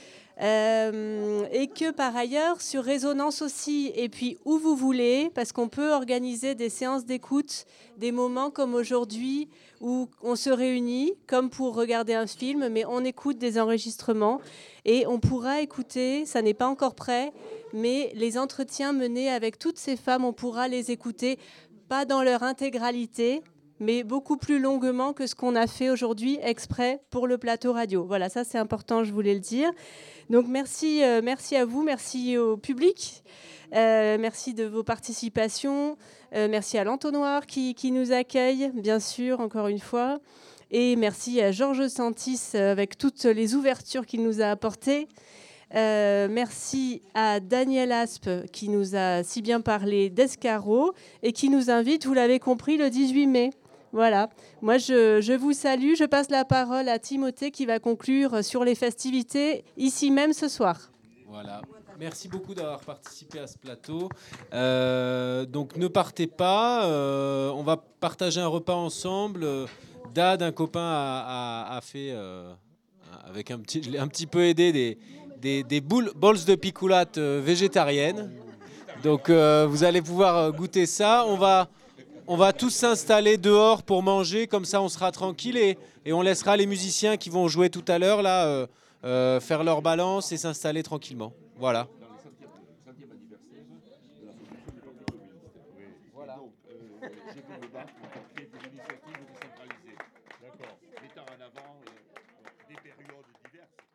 Et que par ailleurs, sur Résonance aussi, et puis où vous voulez, parce qu'on peut organiser des séances d'écoute, des moments comme aujourd'hui, où on se réunit, comme pour regarder un film, mais on écoute des enregistrements, et on pourra écouter, ça n'est pas encore prêt, mais les entretiens menés avec toutes ces femmes, on pourra les écouter, pas dans leur intégralité, mais beaucoup plus longuement que ce qu'on a fait aujourd'hui exprès pour le plateau radio. Voilà, ça c'est important, je voulais le dire. Donc merci à vous, merci au public, merci de vos participations, merci à l'entonnoir qui nous accueille, bien sûr, encore une fois. Et merci à Georges Santis avec toutes les ouvertures qu'il nous a apportées. Merci à Daniel Aspe qui nous a si bien parlé d'escargot et qui nous invite, vous l'avez compris, le 18 mai. Voilà. Moi, je vous salue. Je passe la parole à Timothée qui va conclure sur les festivités ici même ce soir. Voilà. Merci beaucoup d'avoir participé à ce plateau. Donc ne partez pas. On va partager un repas ensemble. Dad, un copain, a fait, avec un petit peu aidé, des balls de picoulate végétariennes. Donc vous allez pouvoir goûter ça. On va tous s'installer dehors pour manger. Comme ça, on sera tranquille et on laissera les musiciens qui vont jouer tout à l'heure là, faire leur balance et s'installer tranquillement. Voilà. Mettant en avant des périodes diverses.